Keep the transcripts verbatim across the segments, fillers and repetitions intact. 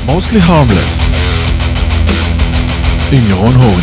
Mostly Harmless עם ירון הורינג.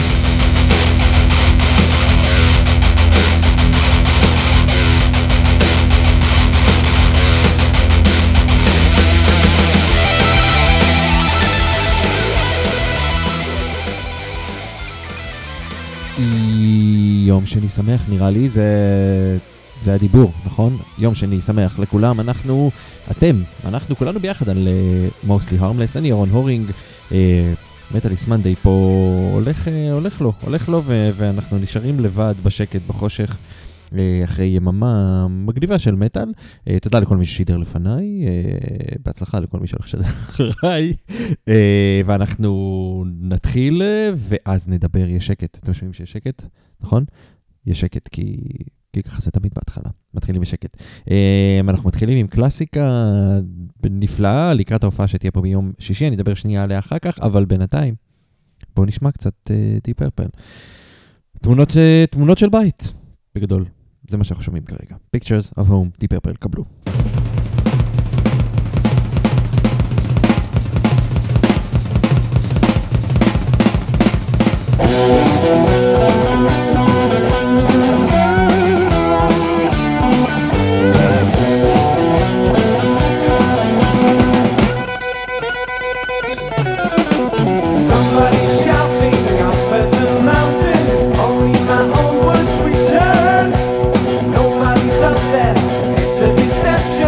יום שני שמח, נראה לי, זה, זה הדיבור, נכון? יום שני שמח לכולם, אנחנו, אתם, אנחנו כולנו ביחד על uh, Mostly Harmless, אני ירון הורינג, uh, מטאליס מנדי פה הולך, uh, הולך לו, הולך לו, ו- ואנחנו נשארים לבד בשקט, בחושך, uh, אחרי יממה מגניבה של מטאל. Uh, תודה לכל מי ששידר לפניי, uh, בהצלחה לכל מי שהולך שדר אחריי, uh, ואנחנו נתחיל, uh, ואז נדבר, יש שקט. אתם משמעים שיש שקט? נכון? יש שקט, כי, כי ככה זה תמיד בהתחלה. מתחילים בשקט. אנחנו מתחילים עם קלאסיקה נפלאה, לקראת ההופעה שתהיה פה ביום שישי, אני אדבר שנייה עליה אחר כך, אבל בינתיים, בואו נשמע קצת דיפ פרפל. תמונות, תמונות של בית, בגדול. זה מה שאנחנו שומעים כרגע. Pictures of Home, דיפ פרפל, קבלו. Nobody's up there, it's a deception.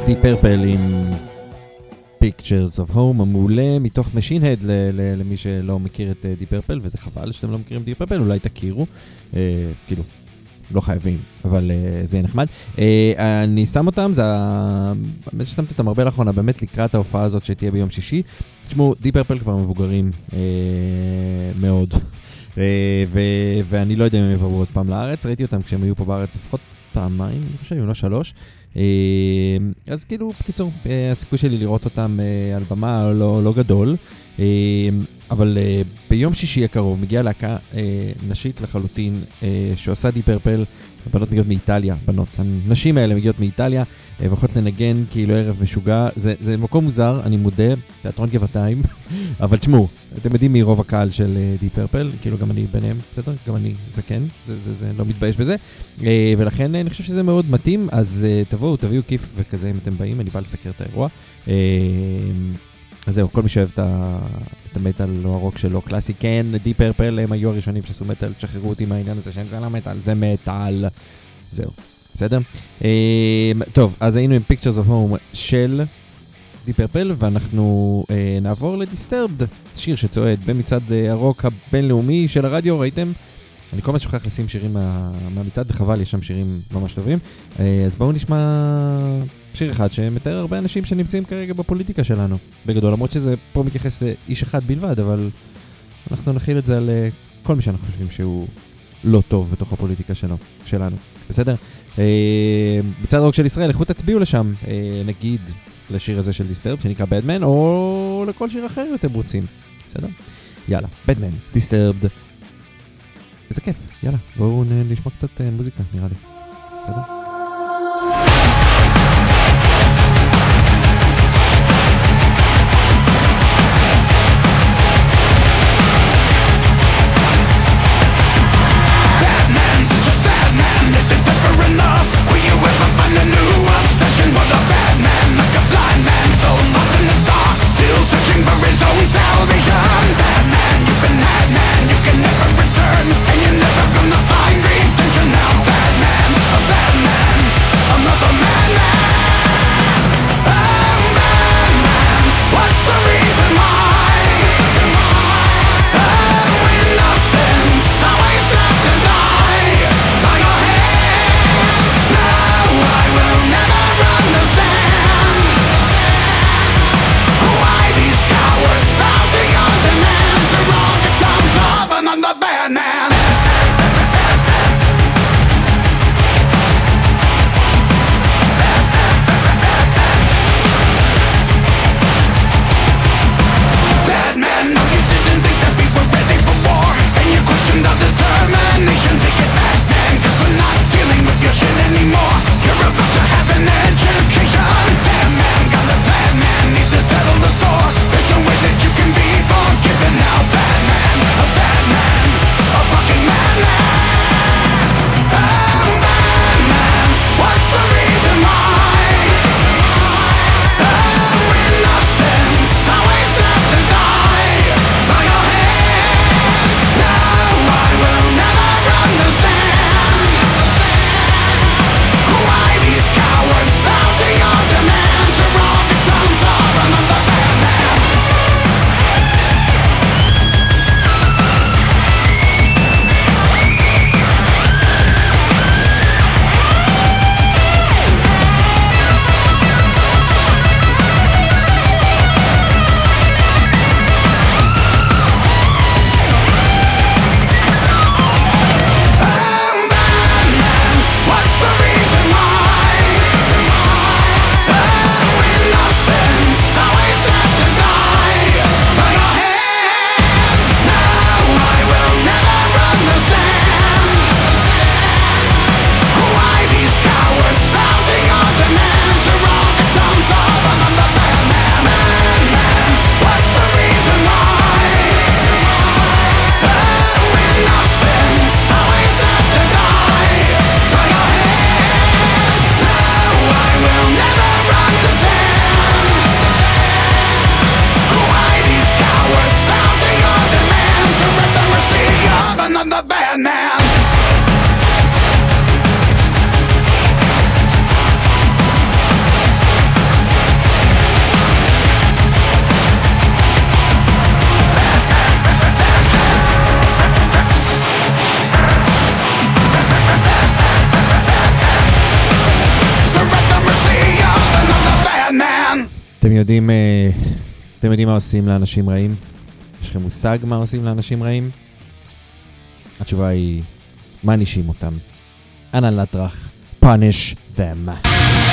Deep Purple עם Pictures of Home המעולה מתוך Machine Head ל- ל- למי שלא מכיר את Deep Purple, וזה חבל שאתם לא מכירים Deep Purple, אולי תכירו, אה, כאילו, לא חייבים, אבל אה, זה יהיה נחמד. אה, אני שם אותם, זה ה... באמת ששמתי אותם הרבה לאחרונה, באמת לקראת ההופעה הזאת שתהיה ביום שישי. תשמעו, Deep Purple כבר מבוגרים אה, מאוד, אה, ו- ואני לא יודע אם הם יבואו עוד פעם לארץ, ראיתי אותם כשהם היו פה בארץ לפחות פעמיים, אני חושב, אם לא שלוש. אז כאילו, בקיצור, הסיכוי שלי לראות אותם על במה לא, לא גדול, אבל ביום שישי הקרוב מגיעה להקה נשית לחלוטין שעושה די פרפל, הבנות מגיעות מאיטליה, בנות, הנשים האלה מגיעות מאיטליה, ויכולות לנגן כאילו ערב משוגע, זה, זה מקום מוזר, אני מודה, תיאטרון גבעתיים, אבל תשמעו, אתם יודעים מי רוב הקהל של די פרפל, כאילו גם אני ביניהם, בסדר? גם אני זקן, זה, זה, זה לא מתבייש בזה, ולכן אני חושב שזה מאוד מתאים, אז תבואו, תביאו כיף וכזה אם אתם באים, אני בא לסקר את האירוע. אז זהו, כל מי שאוהב את המטל או הרוק שלו, קלאסי, כן, די פרפל, הם היו הראשונים שעשו מטל, תשחררו אותי מהעניין הזה שאין זה לא מטל, זה מטל. זהו, בסדר? טוב, אז היינו עם Pictures of Home של די פרפל, ואנחנו נעבור לדיסטרבד, שיר שצועד במצעד הרוק הבינלאומי של הרדיו, ראיתם? אני כל מה שוכח לשים שירים מהמצעד, וחבל, יש שם שירים ממש טובים. אז בואו נשמע שיר אחד שמתאר הרבה אנשים שנמצאים כרגע בפוליטיקה שלנו. בגדול, למרות שזה פה מתייחס לאיש אחד בלבד, אבל אנחנו נכיל את זה על כל מי שאנחנו חושבים שהוא לא טוב בתוך הפוליטיקה שלנו. שלנו. בסדר? מצעד הרוק של ישראל, לכו תצביעו לשם, נגיד לשיר הזה של דיסטרבד, שנקרא Badman, או לכל שיר אחר אתם רוצים. בסדר? יאללה, Badman, דיסטרבד. איזה כיף, יאללה, בואו נשמע קצת מוזיקה, נראה לי. בסדר? And you're never gonna find redemption now. Bad man, a bad man. אתם יודעים, אתם יודעים מה עושים לאנשים רעים? יש לכם מושג מה עושים לאנשים רעים? התשובה היא, מענישים אותם. אנא לטרח, punish them.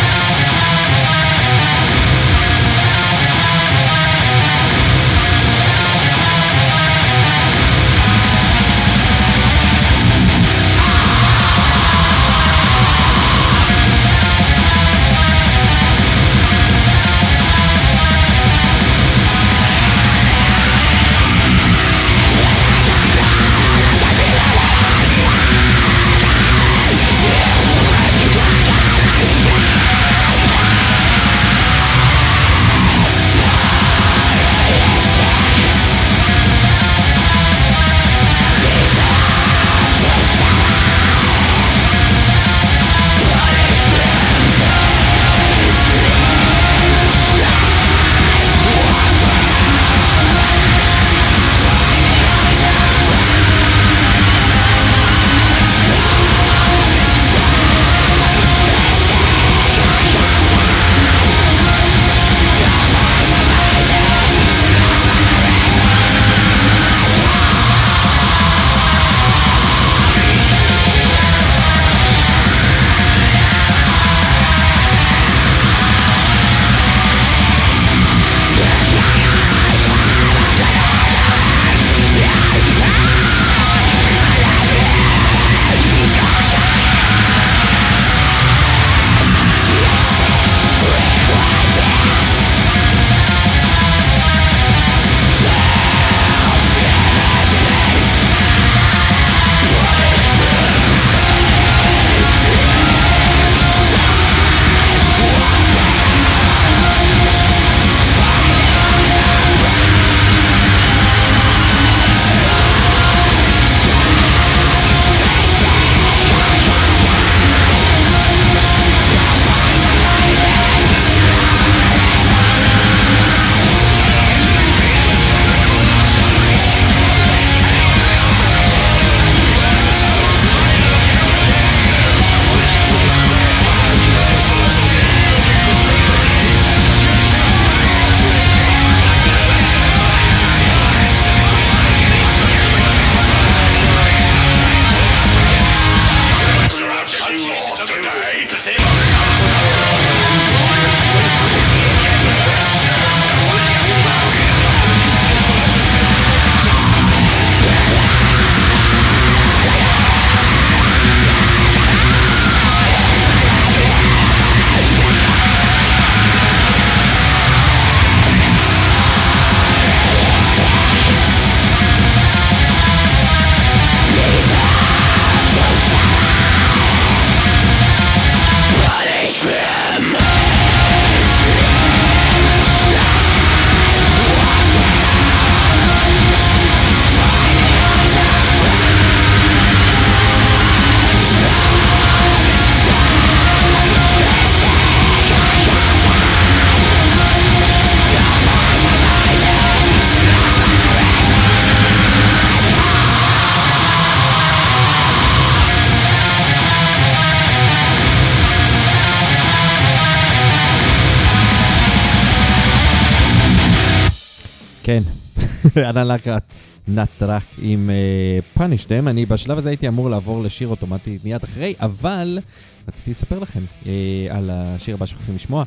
כן, אנא לקראת נטרק עם פאניש דם. אני בשלב הזה הייתי אמור לעבור לשיר אוטומטי מיד אחרי, אבל רציתי לספר לכם על השיר הבא שוכחים לשמוע,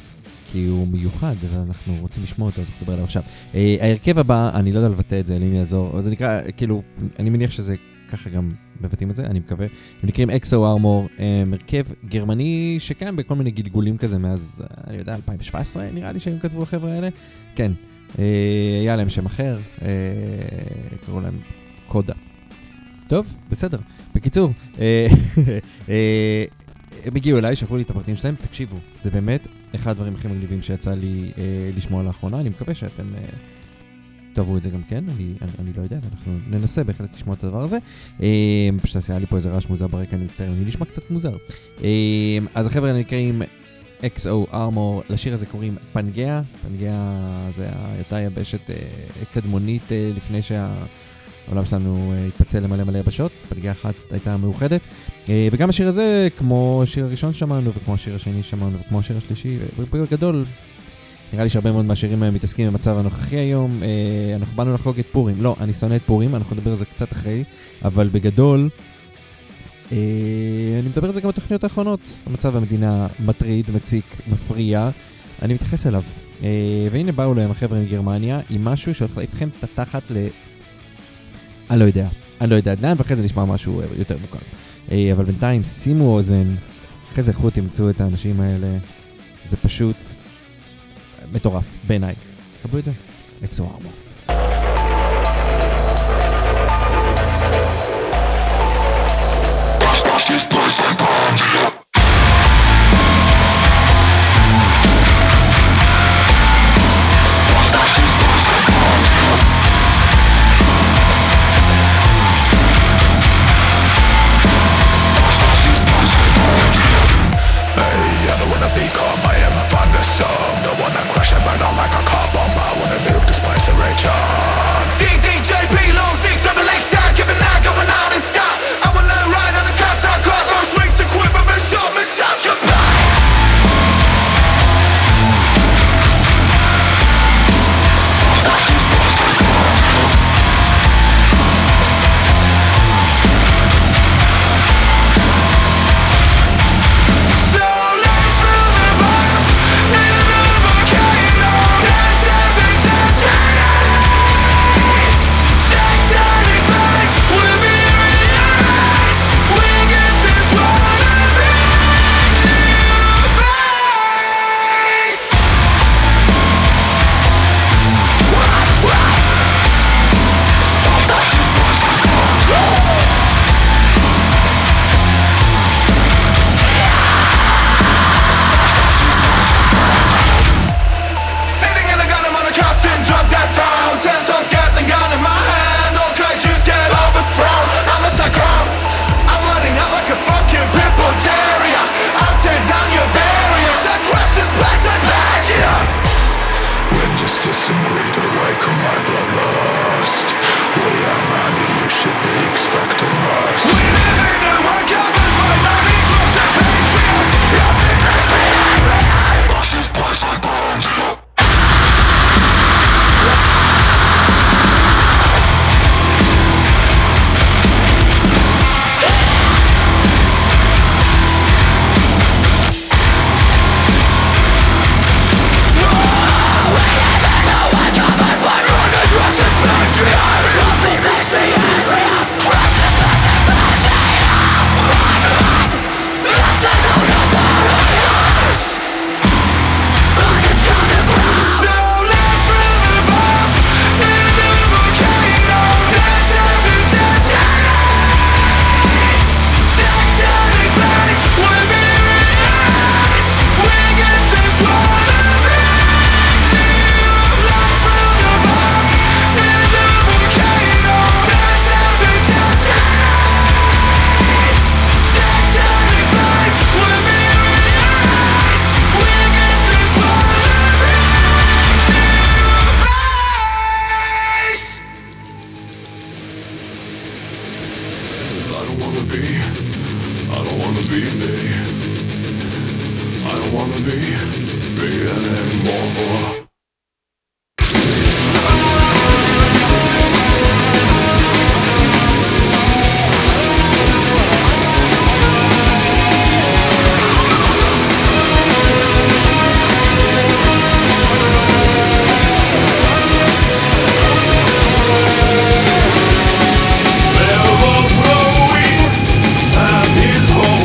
כי הוא מיוחד, ואנחנו רוצים לשמוע אותו, אז נדבר עליו עכשיו. ההרכב הבא, אני לא יודע לבטא את זה, אלא אם יעזור, זה נקרא, כאילו, אני מניח שזה ככה גם מבטאים את זה, אני מקווה. הם נקראים אקסו ארמור, מרכב גרמני שקיים בכל מיני גלגולים כזה, מאז, אני יודע, אלפיים שבע עשרה נראה לי שהם כתבו החבר'ה האלה. כן, היה להם שם אחר, קראו להם קודה. טוב, בסדר. בקיצור, הם הגיעו אליי, שלחו לי את הפרטים שלהם, תקשיבו, זה באמת אחד הדברים הכי מגניבים שיצא לי לשמוע לאחרונה, אני מקווה שאתם תאהבו את זה גם כן, אני, אני, אני לא יודע, אנחנו ננסה בהחלט לשמוע את הדבר הזה. פשוט עשייה לי פה איזה רעש מוזר ברקע, אני מצטער, אני נשמע קצת מוזר. אז החבר'ה נקראים אקסו ארמור, לשיר הזה קוראים פנגאה, פנגאה זה הייתה יבשת קדמונית לפני שהעולם שלנו התפצל למלא מלא יבשות, פנגאה אחת הייתה מאוחדת, וגם השיר הזה, כמו השיר הראשון שמענו, וכמו השיר השני שמענו, וכמו השיר השלישי, ובגדול, נראה לי שהרבה מאוד מהשירים מתעסקים במצב הנוכחי היום. אנחנו באנו לחגוג את פורים. לא, אני שונא את פורים, אנחנו נדבר על זה קצת אחרי, אבל בגדול, אני מדבר על זה גם בתוכניות האחרונות. המצב המדינה מטריד, מציק, מפריע, אני מתייחס אליו. והנה באו להם החבר'ה מגרמניה עם משהו שהולך להפכם את התחת ל... אני לא יודע, אני לא יודע עדיין, ואחרי זה נשמע משהו יותר מוכר. אבל בינתיים שימו אוזן, אחרי זה איכות תמצאו את האנשים האלה, זה פשוט מטורף בעיניי. קבלו את זה, אקסו ארבע. Just boys and bombs.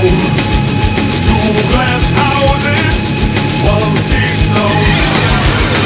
Glass houses, twelve snows.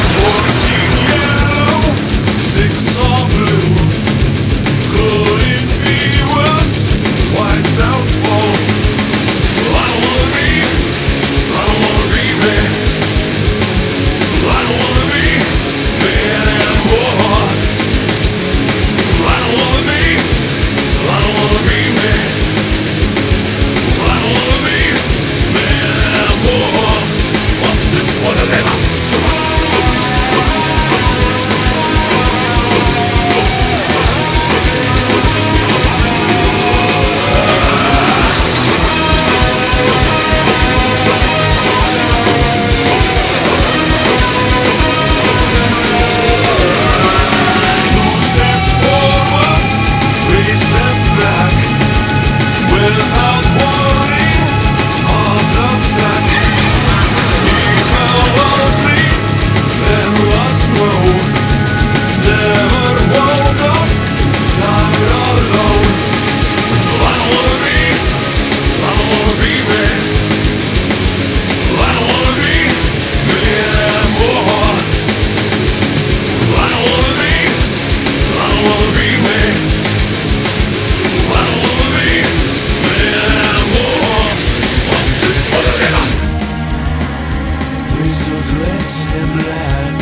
in black.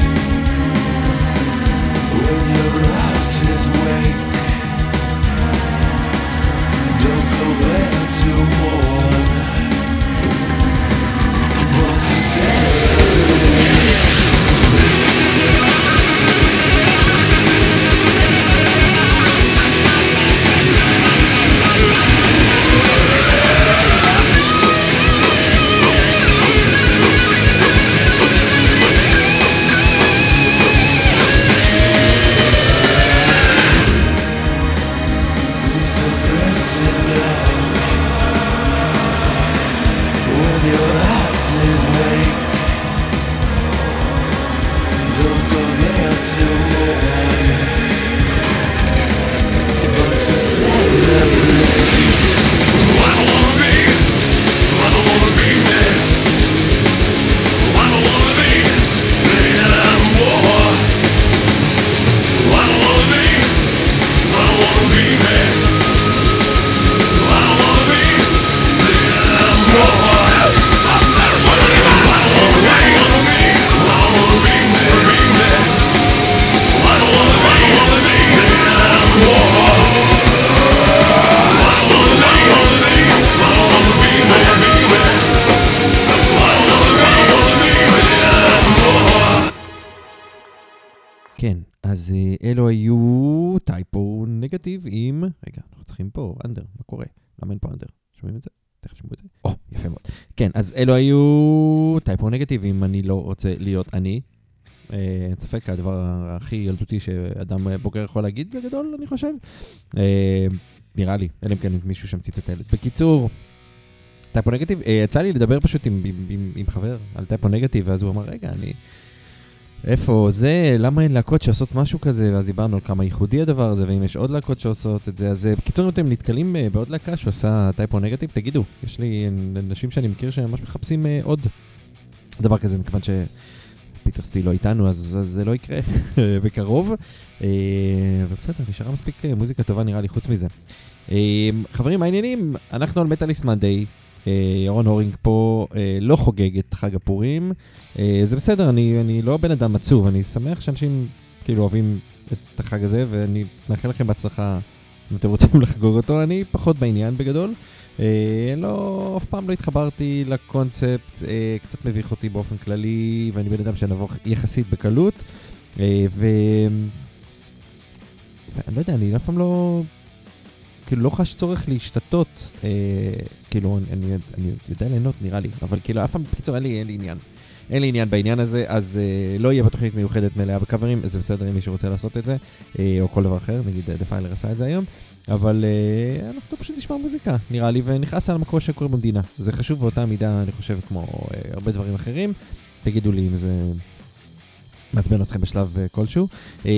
When your heart is wake, don't go there to mourn, but to celebrate. אז אלו היו טייפו נגטיב עם... רגע, אנחנו צריכים פה אנדר, מה קורה? למה אין פה אנדר? שומעים את זה? תכף שמעו את זה. או, יפה מאוד. כן, אז אלו היו טייפו נגטיב אם אני לא רוצה להיות אני. אין ספק, הדבר הכי ילדותי שאדם בוגר יכול להגיד בגדול, אני חושב. נראה לי, אלא אם כן מישהו שם ציטט הילד. בקיצור, טייפו נגטיב, יצא לי לדבר פשוט עם, עם, עם, עם חבר על טייפו נגטיב, ואז הוא אמר, רגע, אני... איפה זה, למה אין להקות שעושות משהו כזה, ואז דיברנו על כמה ייחודי הדבר הזה, ואם יש עוד להקות שעושות את זה, אז בקיצור אתם נתקלים בעוד להקה שעושה טייפו נגטיב, תגידו, יש לי אנשים שאני מכיר שממש מחפשים עוד דבר כזה, מכיוון שפיטר סטיל לא איתנו, אז, אז זה לא יקרה בקרוב, ובסדר, נשארה מספיק מוזיקה טובה נראה לי חוץ מזה. חברים, העניינים, אנחנו על מטאליסט מנדיי, ירון הורינג פה לא חוגג את חג הפורים, זה בסדר, אני, אני לא בן אדם עצוב, אני שמח שאנשים כאילו אוהבים את החג הזה, ואני מאחל לכם בהצלחה אם אתם רוצים לחגוג אותו, אני פחות בעניין בגדול, לא, אף פעם לא התחברתי לקונספט, קצת מביך אותי באופן כללי, ואני בן אדם שנבוך יחסית בקלות, ו... ואני לא יודע, אני אף פעם לא... כאילו לא חש צורך להשתתות, אה, כאילו אני, אני יודע ליהנות נראה לי, אבל כאילו אף פעם בקיצור אין לי, אין לי עניין. אין לי עניין בעניין הזה, אז אה, לא יהיה בתוכנית מיוחדת מלאה בקברים, זה בסדר אם מישהו רוצה לעשות את זה, אה, או כל דבר אחר, נגיד דפיילר עשה את זה היום, אבל אה, אנחנו פשוט נשמע מוזיקה, נראה לי, ונכנס על המקור שקורה במדינה. זה חשוב באותה מידה, אני חושב, כמו אה, הרבה דברים אחרים. תגידו לי אם זה מעצבן אתכם בשלב אה, כלשהו. אה,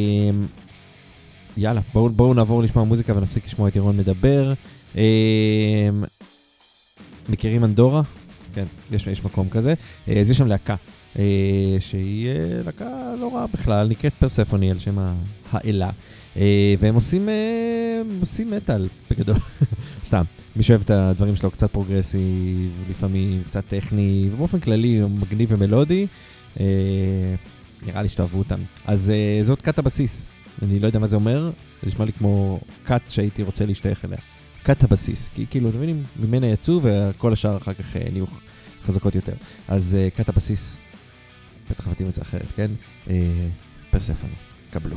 יאללה, בואו בוא נעבור לשמוע מוזיקה ונפסיק לשמוע את ירון מדבר. אה, מכירים אנדורה? כן, יש, יש מקום כזה. אה, אז יש שם להקה, אה, שהיא אה, להקה לא רעה בכלל, נקראת פרספוני על שם האלה. אה, והם עושים, אה, עושים מטל בגדול. סתם, מי שאוהב את הדברים שלו קצת פרוגרסיב, לפעמים קצת טכני, ובאופן כללי מגניב ומלודי. אה, נראה לי שתאהבו אותם. אז אה, זאת קאט הבסיס. אני לא יודע מה זה אומר, זה נשמע לי כמו קאט שהייתי רוצה להשתייך אליה. קאט הבסיס, כי כאילו, אתם מבינים, ממנה יצאו וכל השאר אחר כך נהיו חזקות יותר. אז קאט הבסיס, בטח מתאים את זה אחרת, כן? פרספוני, קבלו.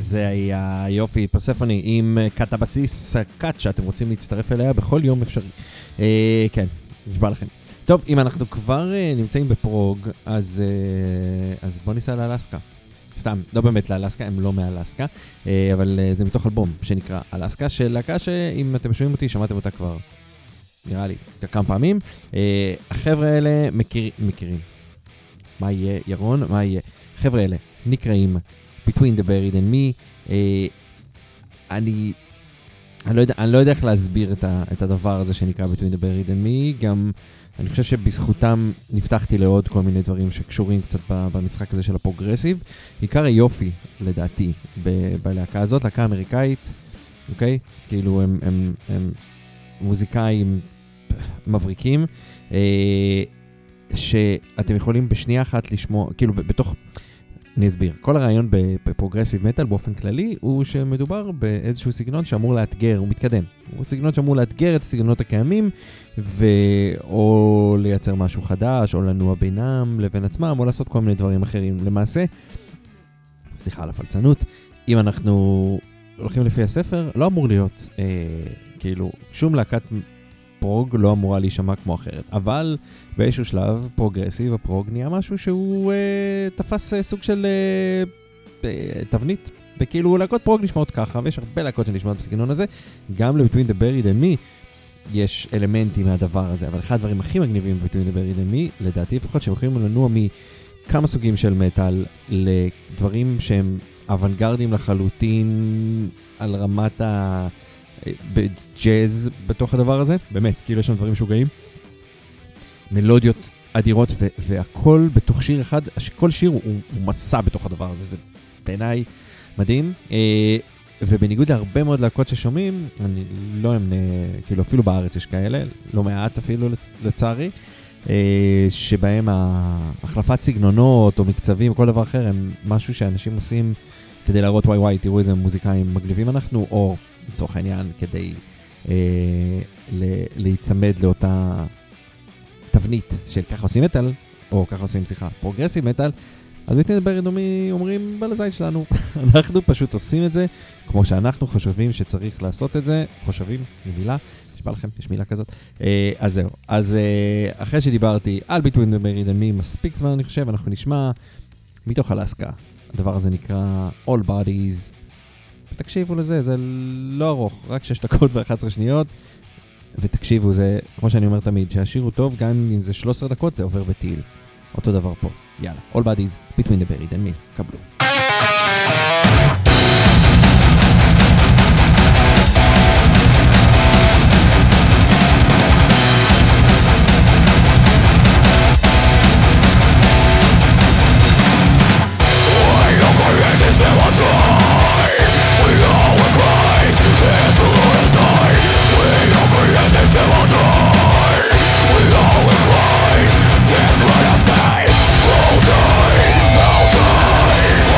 זה היה יופי, פרספוני, עם קאט הבסיס, קאט שאתם רוצים להצטרף אליה בכל יום אפשרי. אה, כן, נשבע לכם. טוב, אם אנחנו כבר אה, נמצאים בפרוג, אז, אה, אז בוא ניסע לאלסקה. סתם, לא באמת לאלסקה, הם לא מאלסקה, אה, אבל אה, זה מתוך אלבום שנקרא אלסקה, של להקה שאם אתם שומעים אותי, שמעתם אותה כבר, נראה לי, כמה פעמים. אה, החבר'ה האלה מכיר, מכירים. מה יהיה, ירון? מה יהיה? החבר'ה האלה נקראים Between the Buried and Me. אה, אני, אני, לא יודע, אני לא יודע איך להסביר את, ה, את הדבר הזה שנקרא Between the Buried and Me. גם אני חושב שבזכותם נפתחתי לעוד כל מיני דברים שקשורים קצת במשחק הזה של הפרוגרסיב. עיקר היופי, לדעתי, ב- בלהקה הזאת, להקה אמריקאית, אוקיי? כאילו הם, הם, הם מוזיקאים מבריקים, אה, שאתם יכולים בשנייה אחת לשמוע, כאילו בתוך, אני אסביר, כל הרעיון בפרוגרסיב מטל באופן כללי הוא שמדובר באיזשהו סגנון שאמור לאתגר, הוא מתקדם. הוא סגנון שאמור לאתגר את הסגנונות הקיימים, ו... או לייצר משהו חדש, או לנוע בינם לבין עצמם, או לעשות כל מיני דברים אחרים. למעשה, סליחה על הפלצנות, אם אנחנו הולכים לפי הספר, לא אמור להיות, אה, כאילו, שום להקת פרוג לא אמורה להישמע כמו אחרת. אבל באיזשהו שלב, פרוגרסיב, הפרוג נהיה משהו שהוא אה, תפס אה, סוג של אה, אה, תבנית. וכאילו להקות פרוג נשמעות ככה, ויש הרבה להקות שנשמעות בסגנון הזה. גם ל-Between the Buried and Me יש אלמנטים מהדבר הזה, אבל אחד הדברים הכי מגניבים ב-Between the Buried and Me, לדעתי לפחות, שהם יכולים לנוע מכמה סוגים של מטל לדברים שהם אוונגרדים לחלוטין על רמת ה... בג'אז בתוך הדבר הזה, באמת, כאילו יש שם דברים משוגעים, מלודיות אדירות, ו- והכל בתוך שיר אחד, כל שיר הוא, הוא מסע בתוך הדבר הזה, זה בעיניי מדהים, אה, ובניגוד להרבה מאוד להקות ששומעים, אני לא אמנה, כאילו אפילו בארץ יש כאלה, לא מעט אפילו לצערי, אה, שבהם ההחלפת סגנונות או מקצבים, כל דבר אחר, הם משהו שאנשים עושים כדי להראות וואי וואי, תראו איזה מוזיקאים מגניבים אנחנו, או לצורך העניין כדי אה, ל- להיצמד לאותה תבנית של ככה עושים מטל, או ככה עושים, סליחה, פרוגרסיב מטל, אז Between the Buried and Me אומרים בלזית שלנו, אנחנו פשוט עושים את זה, כמו שאנחנו חושבים שצריך לעשות את זה, חושבים, מילה, נשבע לכם, יש מילה כזאת, אה, אז זהו, אז אה, אחרי שדיברתי על Between the Buried and Me, מספיק זמן אני חושב, אנחנו נשמע מתוך אלסקה, הדבר הזה נקרא All Bodies, ותקשיבו לזה, זה לא ארוך, רק שש דקות ואחת עשרה שניות, ותקשיבו, זה, כמו שאני אומר תמיד, שהשיר הוא טוב, גם אם זה שלוש עשרה דקות, זה עובר בטיל. אותו דבר פה. יאללה, All Bodies, Between the Buried and Me, קבלו. Let's let us die, all die, all die.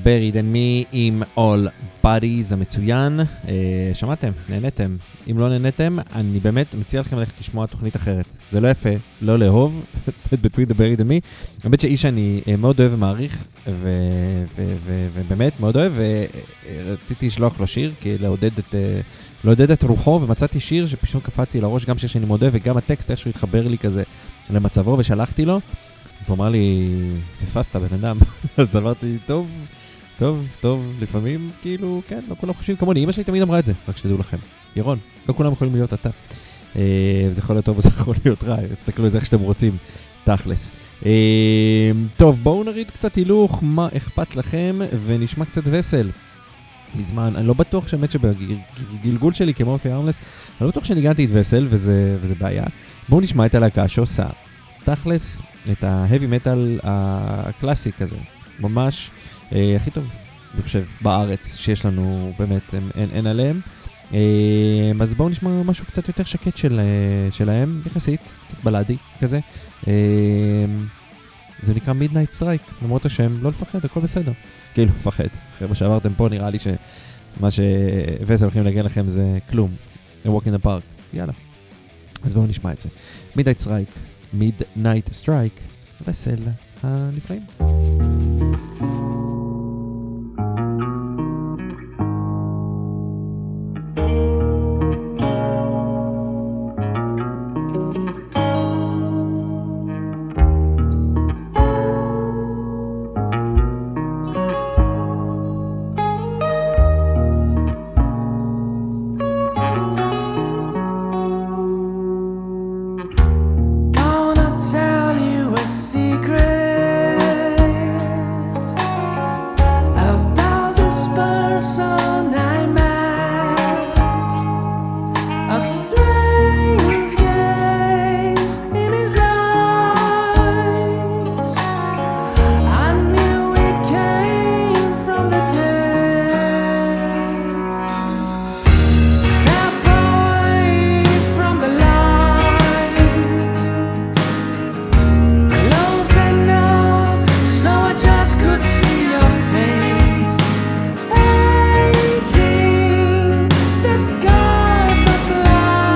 Buried and Me עם All Bodies המצוין. שמעתם? נהנתם? אם לא נהנתם, אני באמת מציע לכם ללכת לשמוע תוכנית אחרת. זה לא יפה, לא לאהוב, Between the Buried and Me. האמת שאיש אני מאוד אוהב ומעריך, ובאמת מאוד אוהב, ורציתי לשלוח לו שיר, כי לעודד את... לעודד את רוחו, ומצאתי שיר שפשוט קפצתי לראש, גם שיר שאני מודה, וגם הטקסט, איכשהו התחבר לי כזה למצבו, ושלחתי לו, והוא אמר לי, פספסת בן אדם. אז אמרתי, טוב, טוב, טוב, לפעמים, כאילו, כן, לא כולם חושבים כמוני. אמא שלי תמיד אמרה את זה, רק שתדעו לכם. ירון, לא כולם יכולים להיות אתה. זה יכול להיות טוב, וזה יכול להיות רע. תסתכלו על זה איך שאתם רוצים, תכלס. טוב, בואו נריד קצת הילוך, מה אכפת לכם, ונשמע קצת וסל. מזמן, אני לא בטוח שבאמת שבגלגול שלי כמוסלי הרמלס, אני לא בטוח שניגנתי את וסל, וזה, וזה בעיה. בואו נשמע את הלהקה שעושה תכלס את ההבי מטל הקלאסי כזה, ממש אה, הכי טוב, אני חושב, בארץ שיש לנו, באמת, אין, אין, אין עליהם. אה, אז בואו נשמע משהו קצת יותר שקט של, שלהם, יחסית, קצת בלאדי כזה. אה, זה נקרא Midnight Strike, למרות השם, לא לפחד, הכל בסדר. כאילו, לפחד. אחרי מה שעברתם פה, נראה לי שמה שווסל הולכים להגיע לכם זה כלום. A Walk in the Park. יאללה. אז בואו נשמע את זה. Midnight Strike. Midnight Strike. וסל הנפלאים. Skies of light.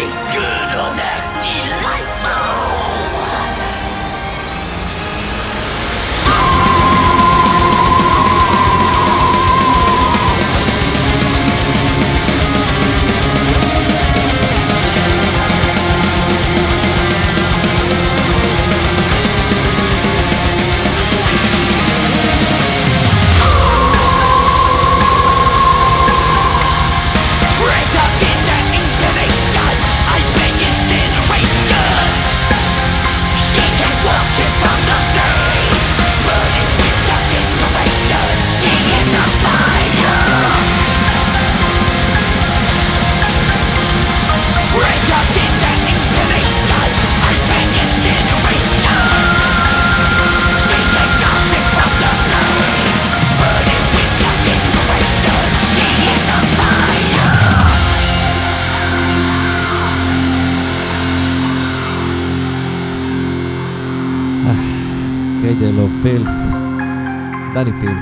Cradle of Filth, דני פילת',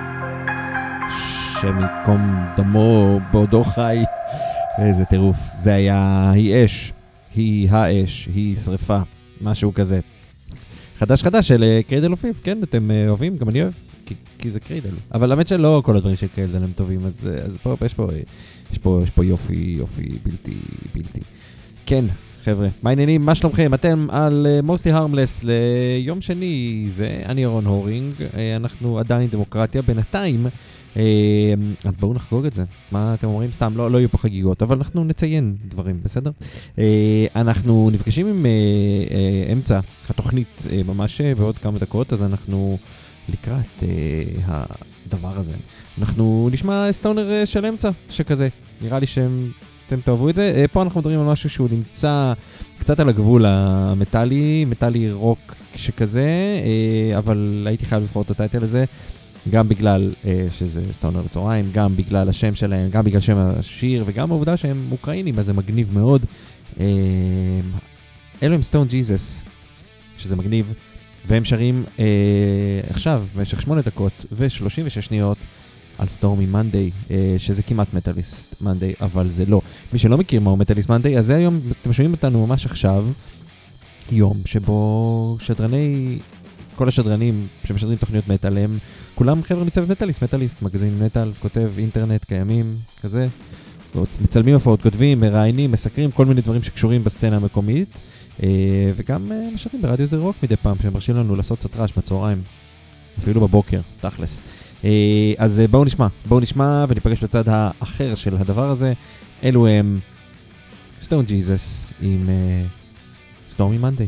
שמקום דמו בעודו חי, איזה טירוף. זה היה היא אש, היא האש, היא שריפה, משהו כזה. חדש חדש של Cradle of Filth, כן, אתם אוהבים, גם אני אוהב, כי, כי זה קריידל. אבל האמת שלא כל הדברים של קריידל הם טובים, אז, אז פה, יש פה, יש פה, יש פה יופי, יופי, בלתי, בלתי. כן. חבר'ה, מה העניינים? מה שלומכם? אתם על uh, Mostly Harmless ליום שני, זה אני ירון הורינג, uh, אנחנו עדיין דמוקרטיה, בינתיים, uh, אז בואו נחגוג את זה. מה אתם אומרים? סתם, לא, לא יהיו פה חגיגות, אבל אנחנו נציין דברים, בסדר? Uh, אנחנו נפגשים עם uh, uh, אמצע התוכנית uh, ממש uh, בעוד כמה דקות, אז אנחנו לקראת uh, הדבר הזה. אנחנו נשמע סטונר uh, של אמצע, שכזה, נראה לי שהם... אתם תאהבו את זה. פה אנחנו מדברים על משהו שהוא נמצא קצת על הגבול המטאלי, מטאלי רוק שכזה, אבל הייתי חייב לבחור את הטייטל הזה, גם בגלל שזה סטונר לצהריים, גם בגלל השם שלהם, גם בגלל שם השיר, וגם העובדה שהם אוקראינים, אז זה מגניב מאוד. אלו הם סטון ג'יזוס, שזה מגניב, והם שרים עכשיו, במשך שמונה דקות ו-שלושים ושש שניות, על סטורמי מנדיי, שזה כמעט מטאליסט מנדיי, אבל זה לא. מי שלא מכיר מהו מטאליסט מנדיי, אז זה היום, אתם שומעים אותנו ממש עכשיו, יום שבו שדרני, כל השדרנים שמשדרים תוכניות מטאל, הם כולם חבר'ה מצוות מטאליסט, מטאליסט, מגזין מטאל, כותב אינטרנט, קיימים, כזה, מצלמים הפעות, כותבים, מראיינים, מסקרים, כל מיני דברים שקשורים בסצנה המקומית, וגם משדרים ברדיו זה רוק מדי פעם, שהם מרשים לנו לעשות קצת רעש בצהריים, אפילו בבוקר, תכלס. אז בואו נשמע, בואו נשמע וניפגש בצד האחר של הדבר הזה. אלו הם סטון ג'יזוס עם סטורמי מנדיי.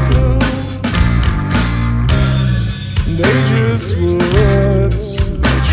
They just words that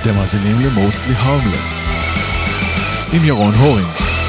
אתם מאזינים ל-Mostly Harmless עם ירון הורינג.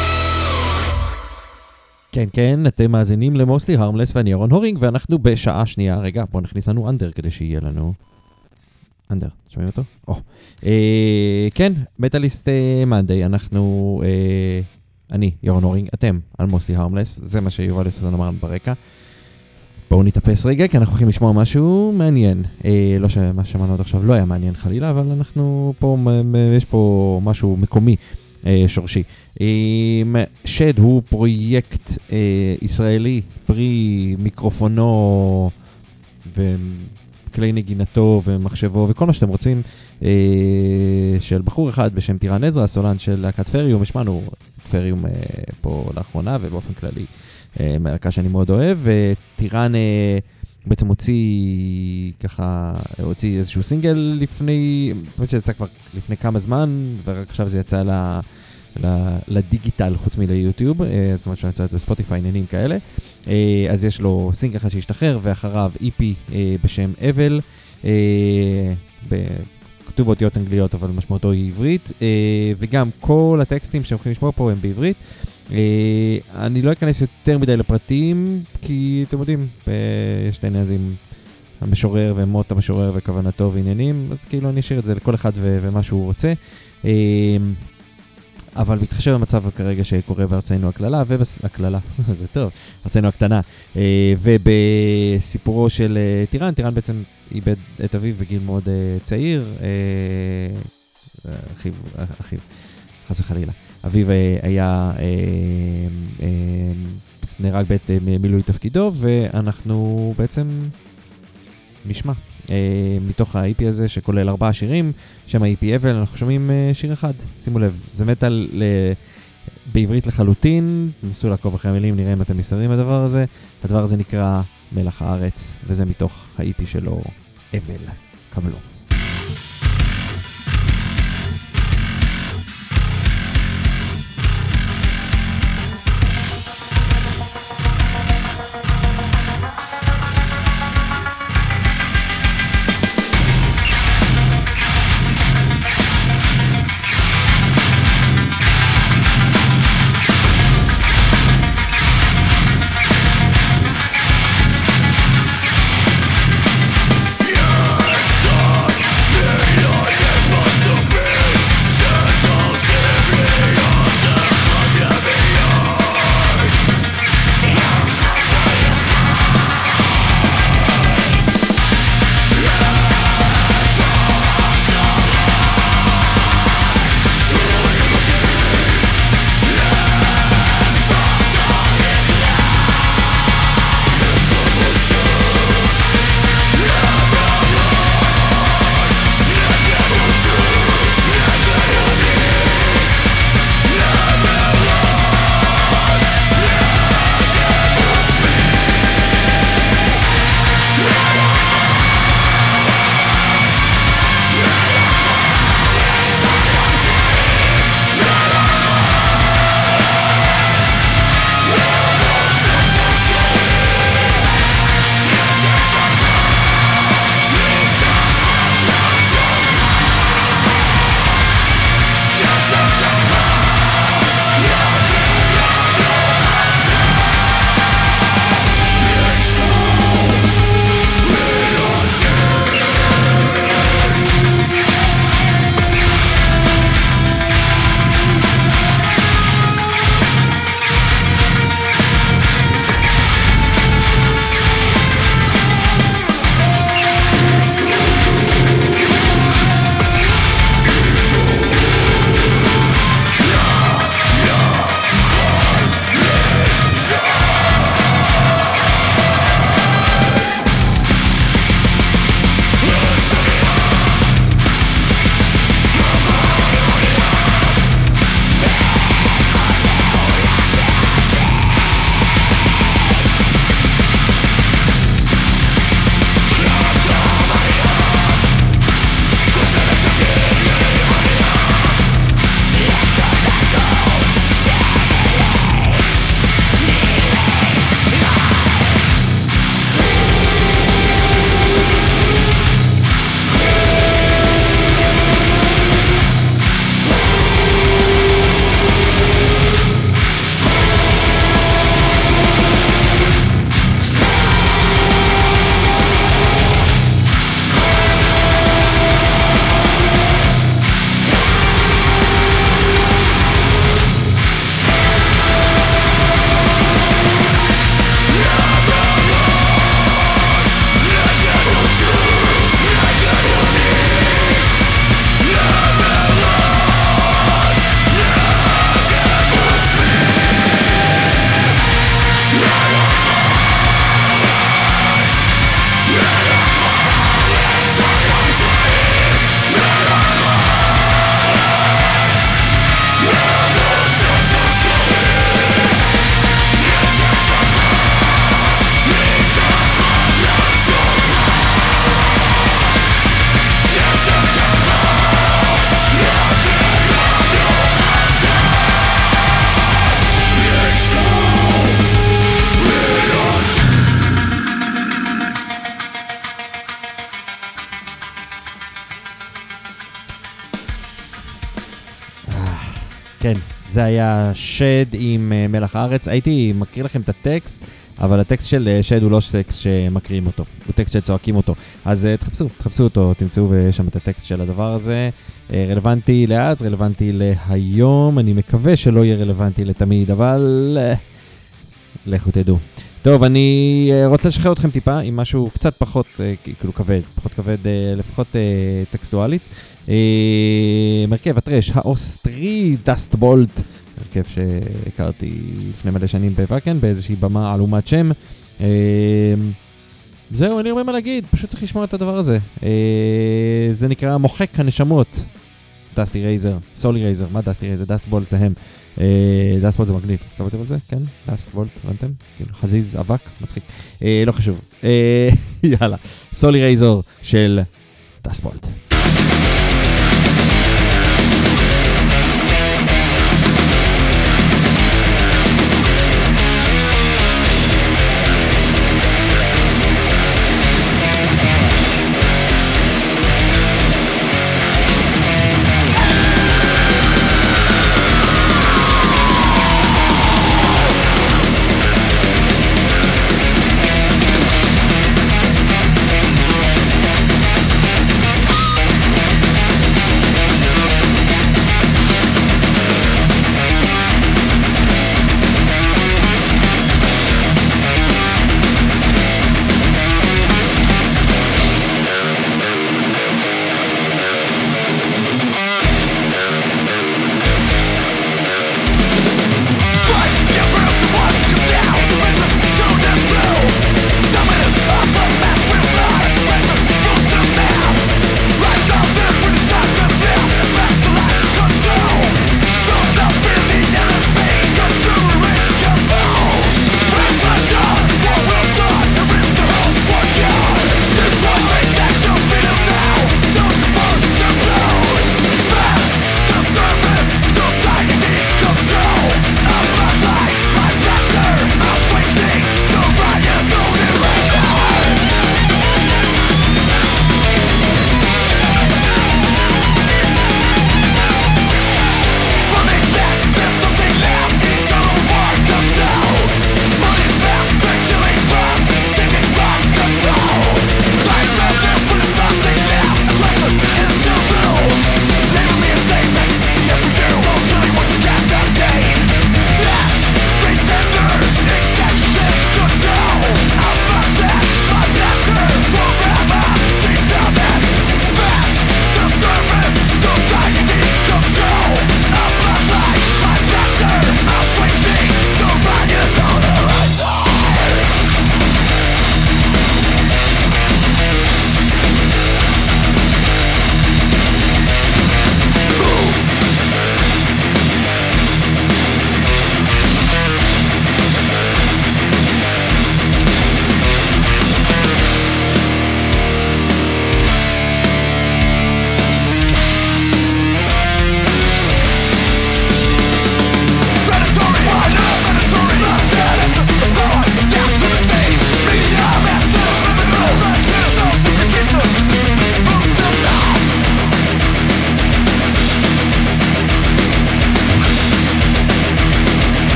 כן, כן, אתם מאזינים ל-Mostly Harmless ואני ירון הורינג, ואנחנו בשעה שנייה, רגע, בואו נכניס לנו אנדר כדי שיהיה לנו... אנדר, שומעים אותו? או. אה, כן, מטליסט מנדי, אנחנו... אה, אני, ירון הורינג, אתם על Mostly Harmless, זה מה שיובל יסודון אמר ברקע. בואו נתאפס רגע, כי אנחנו הולכים לשמוע משהו מעניין. אה, לא שמה שמענו עד עכשיו לא היה מעניין חלילה, אבל אנחנו פה, יש פה משהו מקומי, אה, שורשי. אה, שד הוא פרויקט אה, ישראלי, פרי מיקרופונו וכלי נגינתו ומחשבו וכל מה שאתם רוצים, אה, של בחור אחד בשם טירן עזרא, סולן של להקת פריום. השמענו פריום אה, פה לאחרונה ובאופן כללי. מלהקה שאני מאוד אוהב, וטירן בעצם הוציא ככה, הוציא איזשהו סינגל לפני, באמת שזה יצא כבר לפני כמה זמן, ורק עכשיו זה יצא ל, ל, לדיגיטל חוץ מליוטיוב, זאת אומרת שאני יצא לספוטיפיי, עניינים כאלה. אז יש לו סינגל אחד שהשתחרר, ואחריו אי פי בשם אבל, כתוב אותיות אנגליות אבל משמעותו היא עברית, וגם כל הטקסטים שאתם יכולים לשמוע פה הם בעברית. אני לא אכנס יותר מדי לפרטים, כי אתם יודעים, יש את העניין הזה עם המשורר ומות המשורר וכוונתו ועניינים, אז כאילו אני אשאיר את זה לכל אחד ומה שהוא רוצה. אבל מתחשב במצב כרגע שקורה בארצנו הכללה, והכללה, זה טוב, ארצנו הקטנה, ובסיפורו של טירן, טירן בעצם איבד את אביו בגיל מאוד צעיר, אחיו, אחיו, חס וחלילה. אביו היה נהרג בעת מילוי תפקידו, ואנחנו בעצם נשמע מתוך ה-אי פי הזה שכולל ארבעה שירים, שם ה-אי פי אבל, אנחנו שומעים שיר אחד, שימו לב, זה מטל בעברית לחלוטין, נסו לעקוב אחרי המילים, נראה אם אתם מסתדרים הדבר הזה. הדבר הזה נקרא מלח הארץ, וזה מתוך ה-אי פי שלו אבל, קבלו. Stop! כן, זה היה שד עם מלח הארץ. הייתי מקריא לכם את הטקסט, אבל הטקסט של שד הוא לא טקסט שמקריאים אותו, הוא טקסט שצועקים אותו. אז תחפשו, תחפשו אותו, תמצאו שם את הטקסט של הדבר הזה. רלוונטי לאז, רלוונטי להיום, אני מקווה שלא יהיה רלוונטי לתמיד, אבל לכו תדעו. טוב, אני רוצה לשחרר אתכם טיפה עם משהו קצת פחות, כאילו כבד, פחות כבד, לפחות טקסטואלית. מרכב הטרש האוסטרי דאסטבולט, מרכב שהכרתי לפני מלא שנים בוואקן, באיזושהי במה עלומת שם. זהו, אני הרבה מה להגיד, פשוט צריך לשמוע את הדבר הזה. זה נקרא מוחק הנשמות. דאסטי רייזר, סולי רייזר, מה דאסטי רייזר? דאסטבולט זה הם. דאסטבולט זה מגניב, שמתם על זה? כן? דאסטבולט, הבנתם? חזיז, אבק, מצחיק. לא חשוב. יאללה, סולי רייזר של דאסטבולט.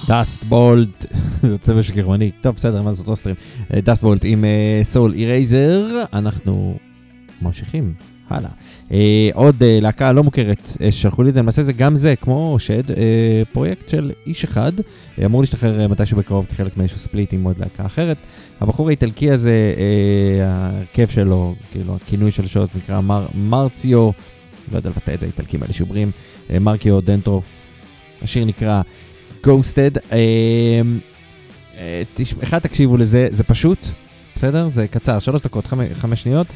דאסט בולט, זה צבש גרמני, טוב בסדר, מה זאת אוסטרים, דאסט בולט עם סול אירייזר, אנחנו ממשיכים, הלאה. עוד להקה לא מוכרת, שלחו לי את זה, למעשה זה גם זה, כמו שד, פרויקט של איש אחד, אמור להשתחרר מתישהו בקרוב כחלק מאיזשהו ספליט עם עוד להקה אחרת. הבחור האיטלקי הזה, ההרכב שלו, כאילו הכינוי של שעות נקרא מרציו, לא יודע לבטא את זה, איטלקים האלה שוברים, מרקיו דנטרו, השיר נקרא Ghosted. אחד תקשיבו לזה, זה פשוט, בסדר? זה קצר, שלוש דקות, חמש שניות.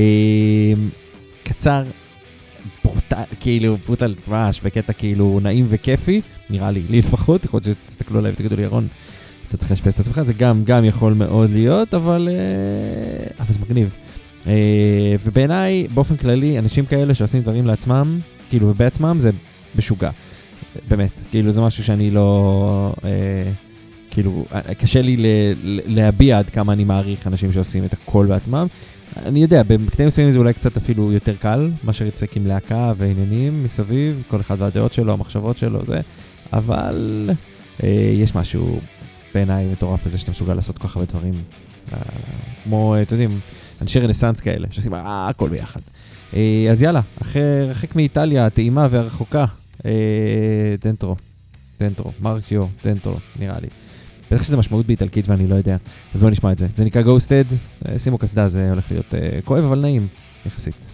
קצר, ברוטל, כאילו, ברוטל ממש, בקטע כאילו נעים וכיפי, נראה לי, לי לפחות, יכול להיות שתסתכלו עליי ותגידו לי, ירון, אתה צריך להשפש את עצמך, זה גם, גם יכול מאוד להיות, אבל, אבל זה מגניב. ובעיניי, באופן כללי, אנשים כאלה שעושים דברים לעצמם, כאילו, ובעצמם זה משוגע. באמת, כאילו, זה משהו שאני לא, כאילו, קשה לי להביע עד כמה אני מעריך אנשים שעושים את הכל בעצמם. אני יודע, בקטעים מסוימים זה אולי קצת אפילו יותר קל, מה שרצק עם להקה ועניינים מסביב, כל אחד והדעות שלו, המחשבות שלו, זה, אבל אה, יש משהו בעיניי מטורף בזה שאתה מסוגל לעשות כל כך הרבה דברים, אה, כמו, אתם יודעים, אנשי רנסנס כאלה, שעושים אה, הכל ביחד. אה, אז יאללה, אחרי רחק מאיטליה, הטעימה והרחוקה, אה, דנטרו, דנטרו, מרקיו, דנטרו, נראה לי. בטח שזה משמעות באיטלקית ואני לא יודע. אז בואו נשמע את זה. זה נקרא Ghosted. שימו קסדה, זה הולך להיות uh, כואב אבל נעים, יחסית.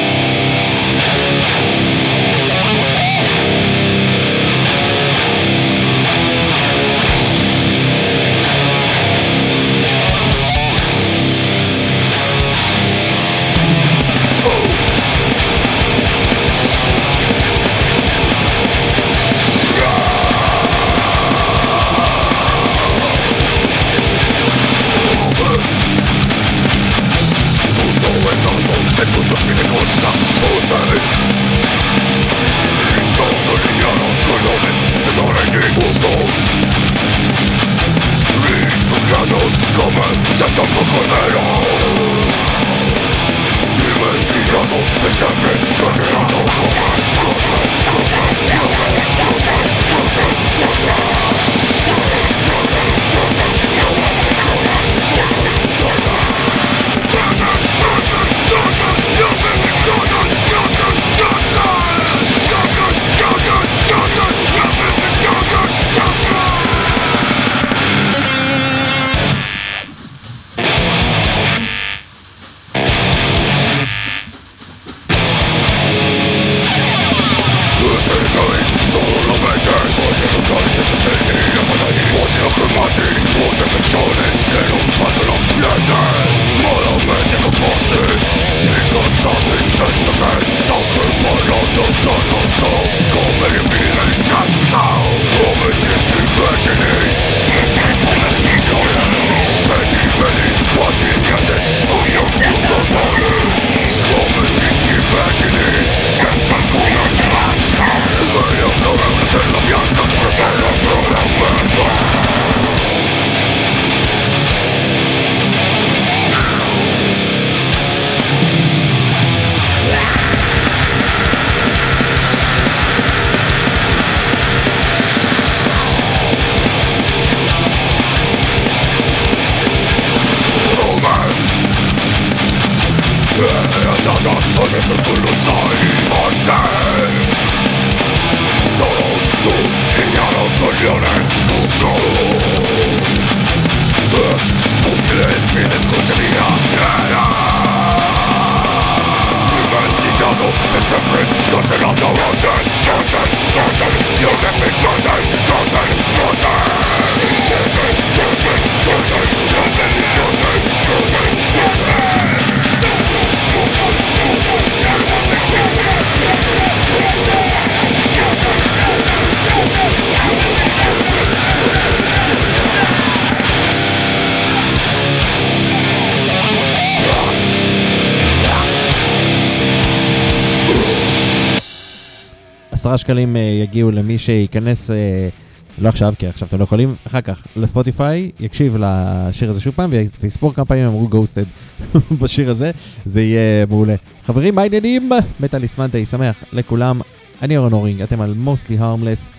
עשרה שקלים יגיעו למי שייכנס, לא עכשיו, כי עכשיו אתם לא יכולים, אחר כך לספוטיפיי, יקשיב לשיר הזה שוב פעם, ויספור כמה פעמים אמרו Ghosted בשיר הזה, זה יהיה מעולה. חברים, מה העניינים? מטאליס מנדיי, שמח לכולם. אני אורן הורינג, אתם על Mostly Harmless.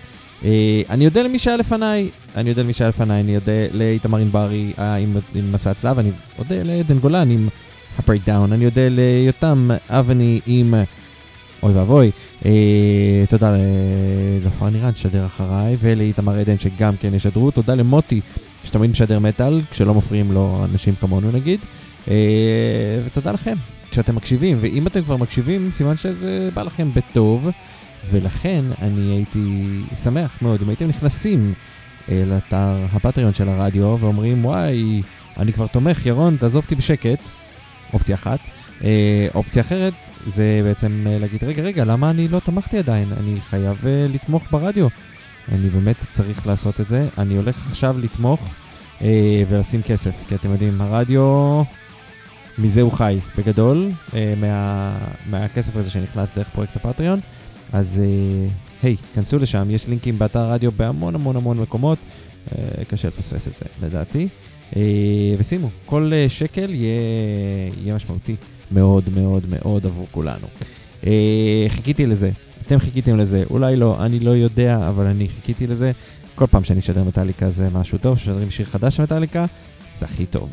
אני יודע למי שהיה לפניי, אני יודע למי שהיה לפניי, אני יודע לאיתמר ענברי עם מסע הצלב, אני יודע לעדן גולן עם הברייקדאון, אני יודע ליותם אבני עם אוי ואבוי, תודה לעופר נירן ששדר אחריי, ולאיתמר עדן שגם כן ישדרו, תודה למוטי שתמיד משדר מטל, כשלא מפריעים לו אנשים כמונו נגיד, ותודה לכם שאתם מקשיבים, ואם אתם כבר מקשיבים, סימן שזה בא לכם בטוב, ולכן אני הייתי שמח מאוד אם הייתם נכנסים לאתר הפטריון של הרדיו ואומרים וואי, אני כבר תומך, ירון, תעזוב אותי בשקט, אופציה אחת. אופציה אחרת זה בעצם להגיד רגע רגע, למה אני לא תמכתי עדיין? אני חייב לתמוך ברדיו, אני באמת צריך לעשות את זה, אני הולך עכשיו לתמוך ולשים כסף, כי אתם יודעים, הרדיו מזה הוא חי בגדול, מה, מהכסף הזה שנכנס דרך פרויקט הפטריון. אז היי, כנסו לשם, יש לינקים באתר רדיו בהמון המון המון מקומות, קשה לפספס את זה לדעתי, ושימו, כל שקל יהיה, יהיה משמעותי מאוד מאוד מאוד עבור כולנו. חיכיתי לזה, אתם חיכיתם לזה, אולי לא, אני לא יודע, אבל אני חיכיתי לזה, כל פעם שאני אשדר מטליקה זה משהו טוב, ששדרים שיר חדש מטליקה, זה הכי טוב.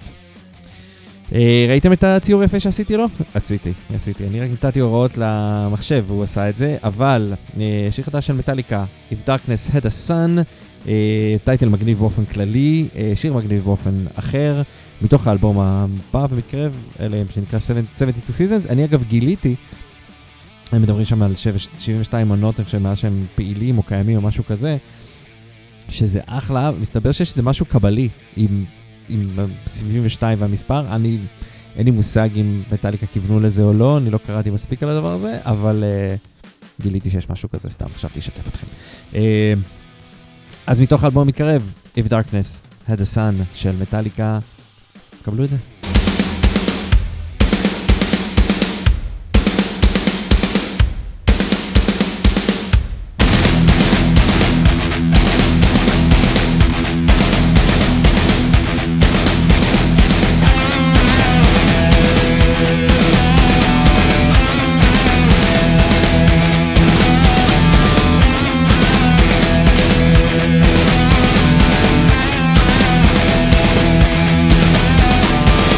ראיתם את הציור יפה שעשיתי לו? עשיתי, עשיתי. אני רק נתתי הוראות למחשב והוא עשה את זה, אבל שיר חדש של מטליקה, If Darkness Had a Sun, טייטל מגניב באופן כללי, שיר מגניב באופן אחר, מתוך האלבום הבא ומתקרב, אלה שנקרא שבעים ושתיים Seasons. אני אגב גיליתי, הם מדברים שם על שבעים ושתיים עונות, מאז שהם פעילים או קיימים או משהו כזה, שזה אחלה, מסתבר שיש זה משהו קבלי עם... עם שבעים ושתיים והמספר, אני, אין לי מושג אם מטליקה כיוונו לזה או לא, אני לא קראתי מספיק על הדבר הזה, אבל uh, גיליתי שיש משהו כזה, סתם חשבתי לשתף אתכם. Uh, אז מתוך האלבום מתקרב, If Darkness Had a Sun של מטליקה, קבלו את זה. We'll be right back.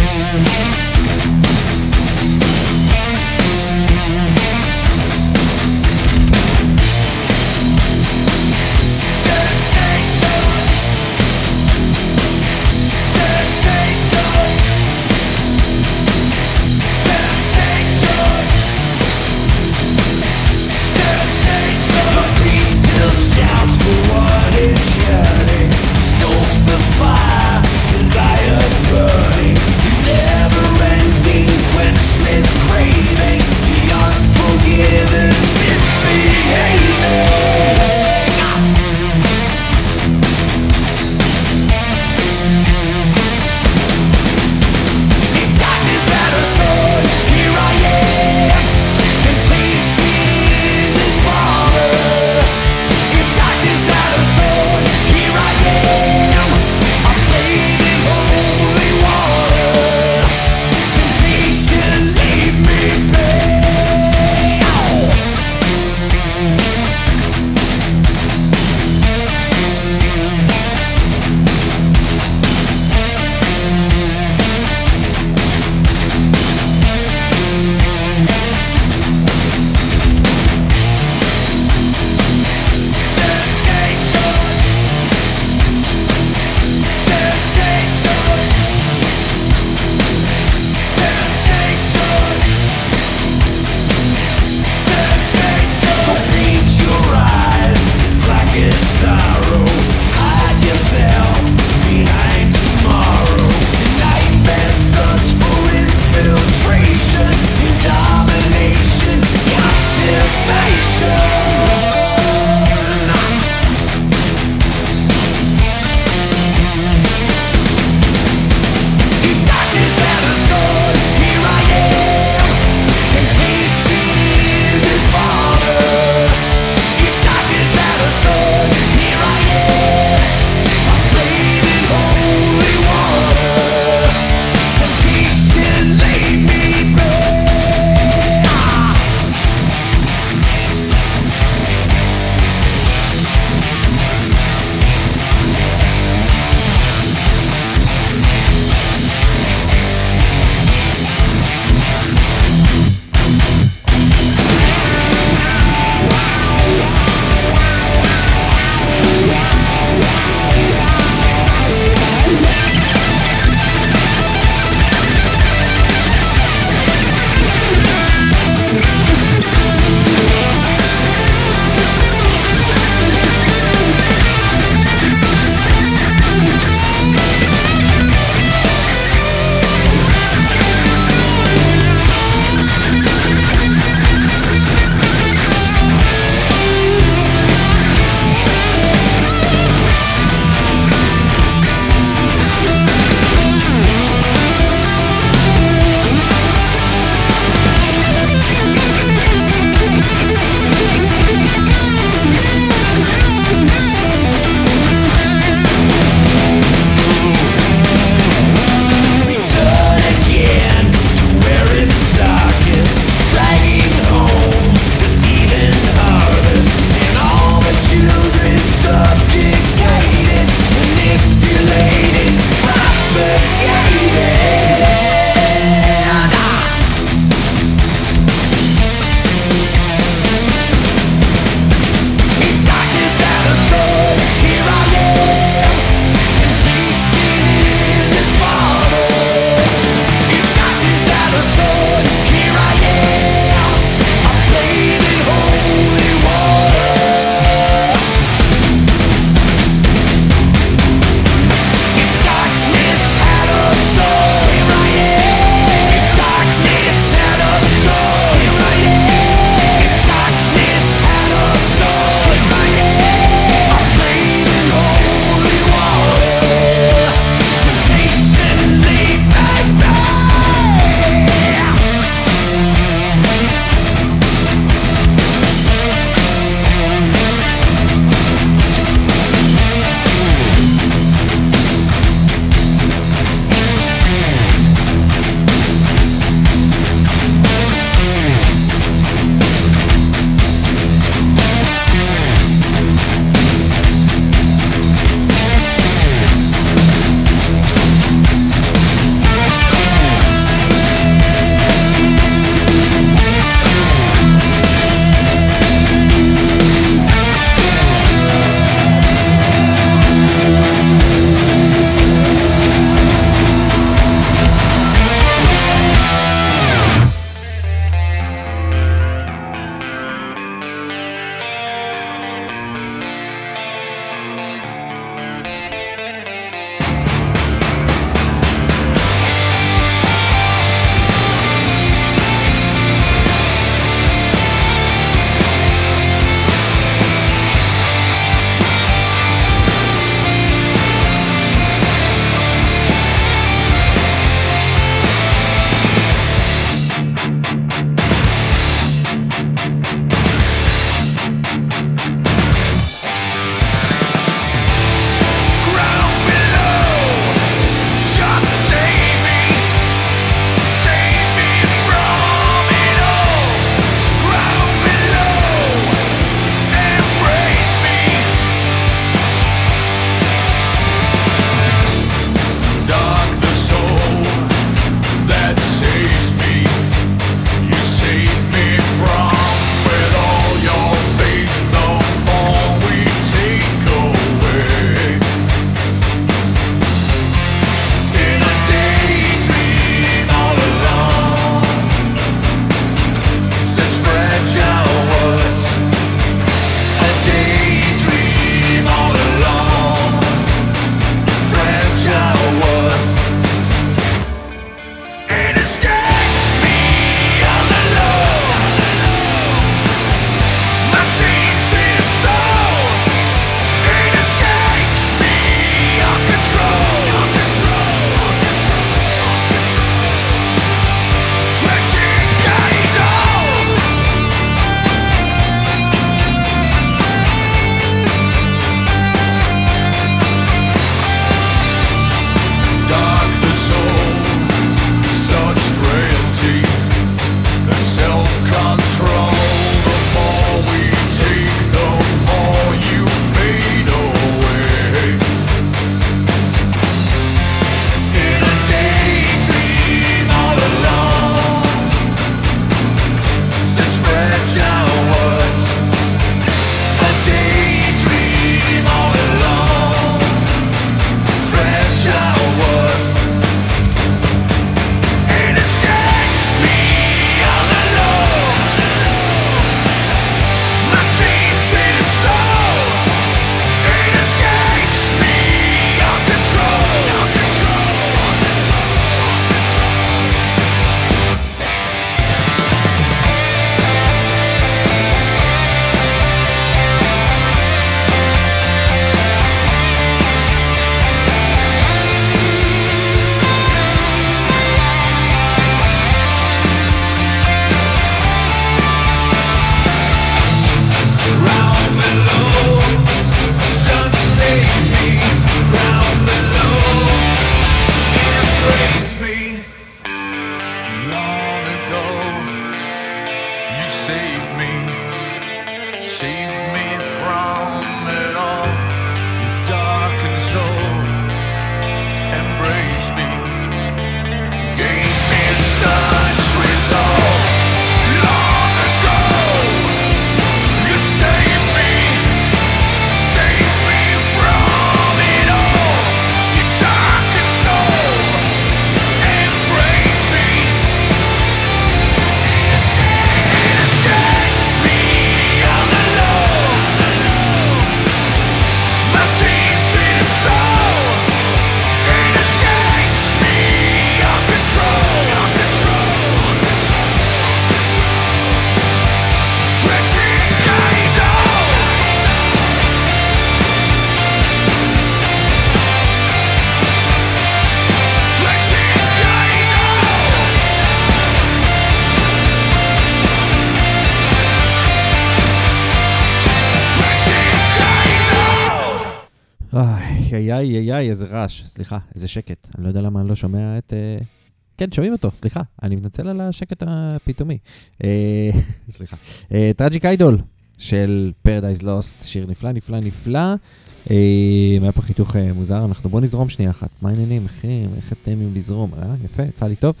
איי, איי, איי, איי, איזה רעש, סליחה, איזה שקט. אני לא יודע למה אני לא שומע את... כן, שומעים אותו, סליחה. אני מתנצל על השקט הפתאומי. סליחה. טראג'יק איידול של Paradise Lost, שיר נפלא, נפלא, נפלא. היה פה חיתוך מוזר, אנחנו בואו נזרום שנייה אחת. מה העניינים, אחים? איך אתם עם לזרום? אה, יפה, יצא לי טוב.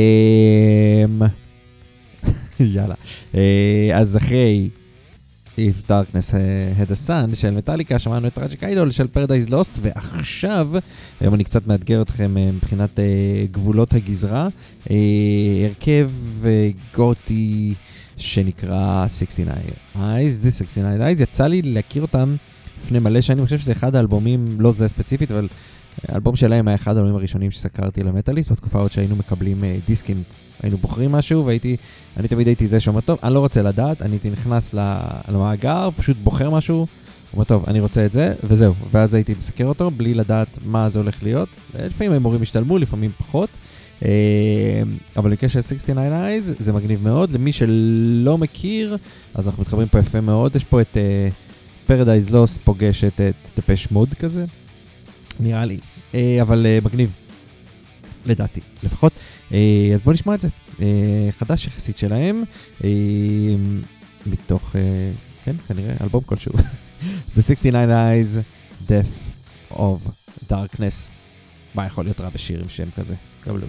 יאללה. אז אחרי... If Darkness Had a Sun של מטליקה, שמענו את טראג'יק איידול של Paradise Lost, ועכשיו, היום אני קצת מאתגר אתכם מבחינת גבולות הגזרה, הרכב גותי שנקרא שישים ותשע Eyes, The שישים ותשע Eyes, יצא לי להכיר אותם לפני מלא שנים, אני חושב שזה אחד האלבומים, לא זה ספציפית, אבל האלבום שלהם היה אחד האלבומים הראשונים שסקרתי למטאליסט, בתקופה עוד שהיינו מקבלים דיסקים, היינו בוחרים משהו, והייתי, אני תמיד הייתי זה שאומר, טוב, אני לא רוצה לדעת, אני הייתי נכנס למאגר, פשוט בוחר משהו, אומר, טוב, אני רוצה את זה, וזהו. ואז הייתי מסקר אותו, בלי לדעת מה זה הולך להיות. לפעמים המורים השתלמו, לפעמים פחות. אבל בקשר שישים ותשע Eyes, זה מגניב מאוד. למי שלא מכיר, אז אנחנו מתחברים פה יפה מאוד. יש פה את uh, Paradise Lost פוגשת את Depeche Mode כזה, נראה לי. Uh, אבל uh, מגניב, לדעתי, לפחות. Uh, אז בואו נשמע את זה. Uh, חדש יחסית שלהם, uh, מתוך, uh, כן, כנראה, אלבום כלשהו. The שישים ותשע Eyes, Death of Darkness. מה יכול להיות רע בשיר עם שם כזה? קבלו.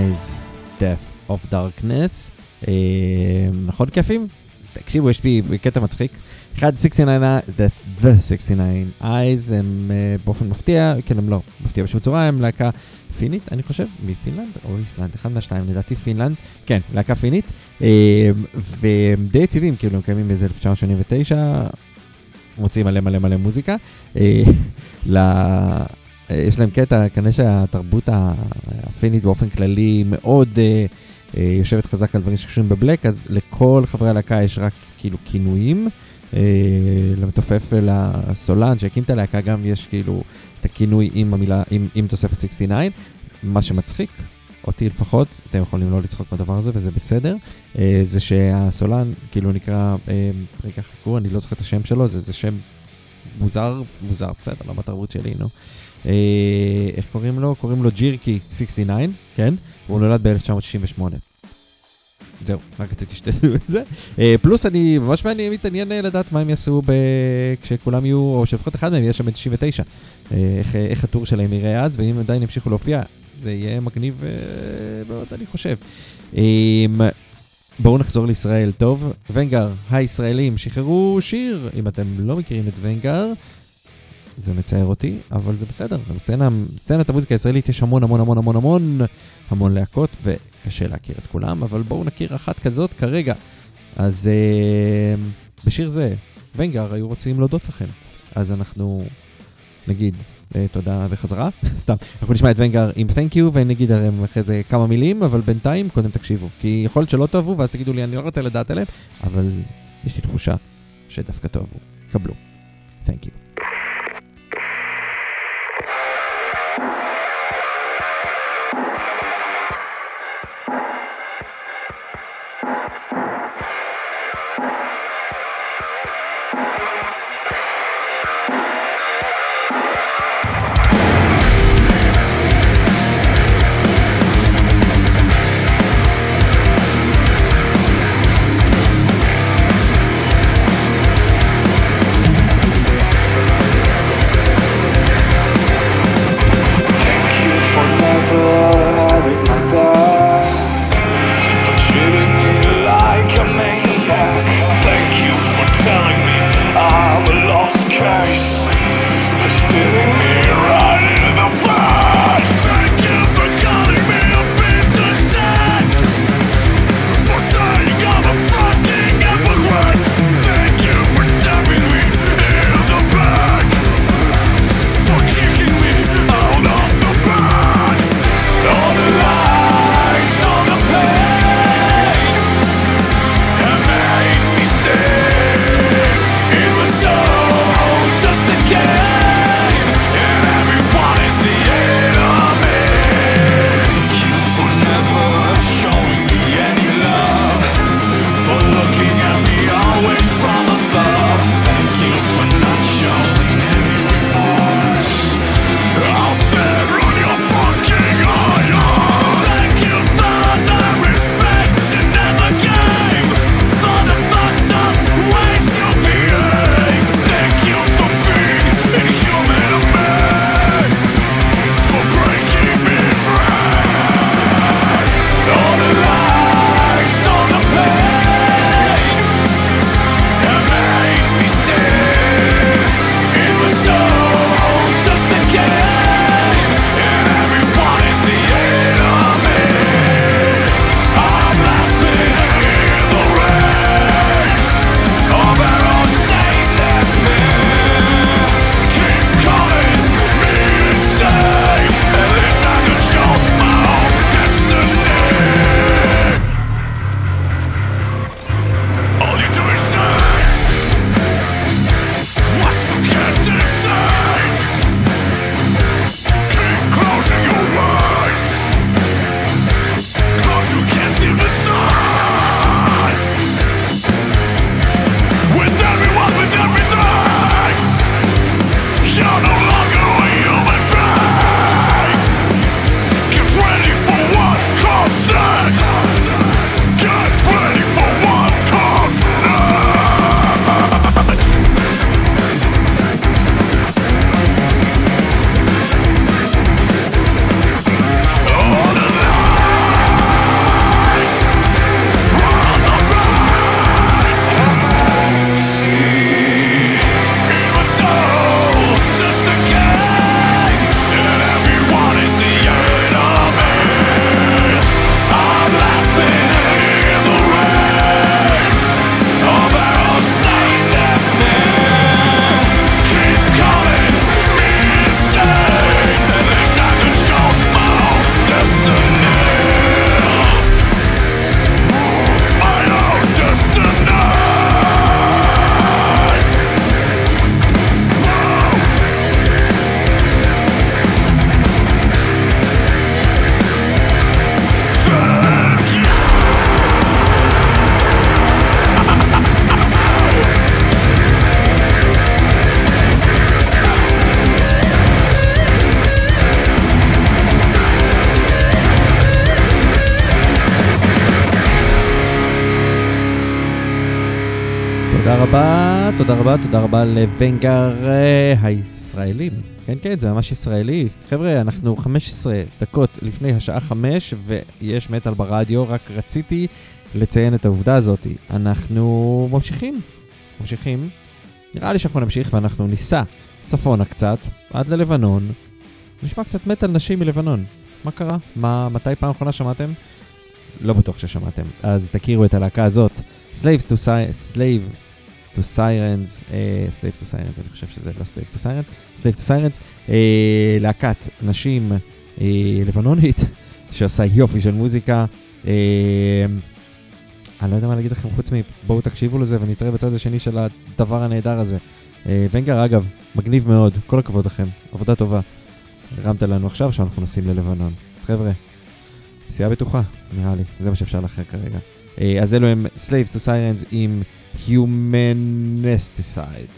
Eyes, Death of Darkness. נכון כיפים? תקשיבו, יש לי קטע מצחיק. אחד, שישים ותשע, The, the שישים ותשע Eyes, הם באופן מפתיע, כן, הם לא מפתיע בשום צורה, הם להקה פינית, אני חושב, מפינלנד או איסלנד, אחד מהשתיים, לדעתי פינלנד, כן, להקה פינית, והם די יציבים, כאילו הם קיימים באיזה אלף תשע מאות שמונים ותשע, מוצאים מלא מלא מלא מוזיקה, יש להם קטע, כנראה שהתרבות הפינית באופן כללי מאוד יושבת חזק על דברים שקשורים בבלק, אז לכל חברי הלהקה יש רק כאילו כינויים, למתופף ולסולן שהקים את הלהקה גם יש כאילו את הכינוי עם המילה, עם, עם תוספת שישים ותשע, מה שמצחיק, אותי לפחות, אתם יכולים לא לצחוק מהדבר הזה וזה בסדר, זה שהסולן כאילו נקרא, רגע חכו, אני לא זוכר את השם שלו, זה, זה שם מוזר, מוזר, בסדר, לא בתרבות שלי, נו. איך קוראים לו? קוראים לו ג'ירקי שישים ותשע, כן? הוא נולד ב-אלף תשע מאות שישים ושמונה. זהו, רק רציתי שתדעו את זה. פלוס אני ממש מעניין מתעניין לדעת מה הם יעשו כשכולם יהיו, או שלפחות אחד מהם יהיה שם ב-תשעים ותשע. איך הטור שלהם יראה אז, ואם עדיין ימשיכו להופיע, זה יהיה מגניב מאוד, אני חושב. בואו נחזור לישראל טוב. ונגר, הישראלים, שחררו שיר. אם אתם לא מכירים את ונגר, זה מצער אותי, אבל זה בסדר. בסצנת המוזיקה הישראלית יש המון המון המון המון המון המון להקות, וקשה להכיר את כולם, אבל בואו נכיר אחת כזאת כרגע. אז אה, בשיר זה, ונגר היו רוצים להודות לכם. אז אנחנו נגיד אה, תודה וחזרה. סתם, אנחנו נשמע את ונגר עם thank you, ונגיד אחרי זה כמה מילים, אבל בינתיים קודם תקשיבו. כי יכול להיות שלא תאהבו, ואז תגידו לי, אני לא רוצה לדעת עליהם, אבל יש לי תחושה שדווקא תאהבו. קבלו. thank you. תודה רבה, תודה רבה, תודה רבה לוונגר הישראלים. כן, כן, זה ממש ישראלי. חבר'ה, אנחנו חמש עשרה דקות לפני השעה חמש, ויש מטל ברדיו, רק רציתי לציין את העובדה הזאת. אנחנו ממשיכים, ממשיכים. נראה לי שאנחנו נמשיך ואנחנו ניסע צפונה קצת, עד ללבנון. נשמע קצת מטל נשי מלבנון. מה קרה? מה, מתי פעם אחרונה שמעתם? לא בטוח ששמעתם. אז תכירו את הלהקה הזאת. Slaves to Sirens, Slave to Sirens, uh, Slave to Sirens, אני חושב שזה לא Slave to Sirens, Slave to Sirens, uh, להקת נשים uh, לבנונית, שעושה יופי של מוזיקה. Uh, אני לא יודע מה להגיד לכם חוץ מבואו תקשיבו לזה ונתראה בצד השני של הדבר הנהדר הזה. Uh, ונגר אגב, מגניב מאוד, כל הכבוד לכם, עבודה טובה. הרמת לנו עכשיו שאנחנו נוסעים ללבנון. אז חבר'ה, נסיעה בטוחה, נראה לי, זה מה שאפשר לאחר כרגע. אז אלו הם Slaves to Sirens עם Humanesticide.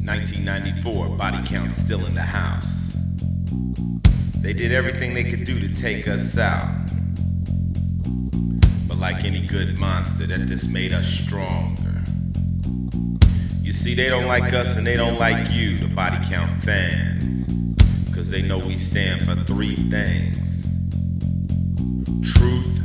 nineteen ninety-four, body count still in the house. They did everything they could do to take us out. But like any good monster, that just made us stronger. You see, they don't like us and they don't like you, the body count fans. Cause they know we stand for three things. Truth,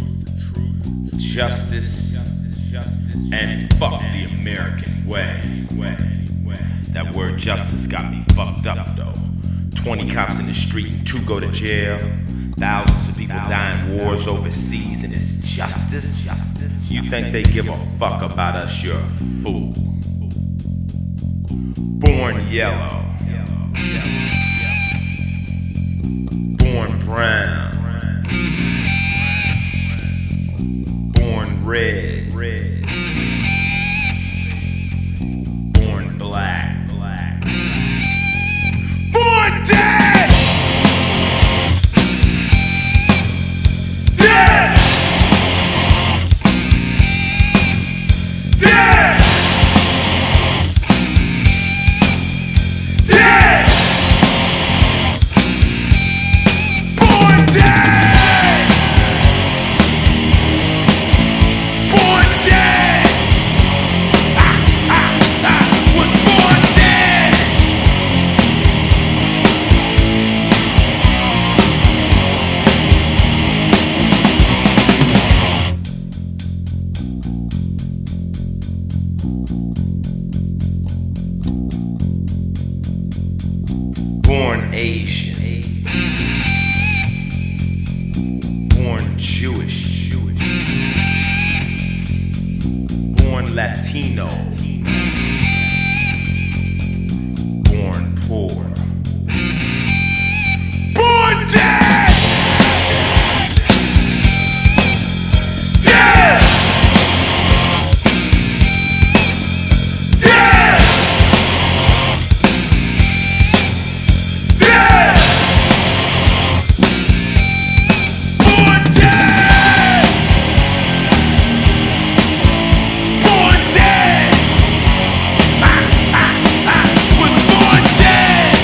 justice, and fuck the American way. That word justice got me fucked up though. twenty cops in the street and two go to jail. Thousands of people dying wars overseas, and it's justice? Justice? You think they give a fuck about us? You're a fool. Born yellow. Born brown. Born red. Born black. Born dead! Dead! Dead! Dead! Born dead! Born dead! Ah, ah, ah, was born dead! Born Asian, born Jewish, born Latino, born poor, born dead! Dead! Dead! Dead! Born dead! Born dead! Ah, ah, ah, was born dead!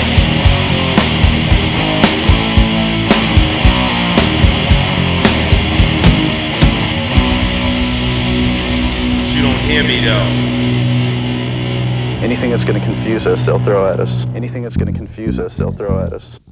But you don't hear me though. Anything that's going to confuse us, they'll throw at us. Anything that's going to confuse us, they'll throw at us.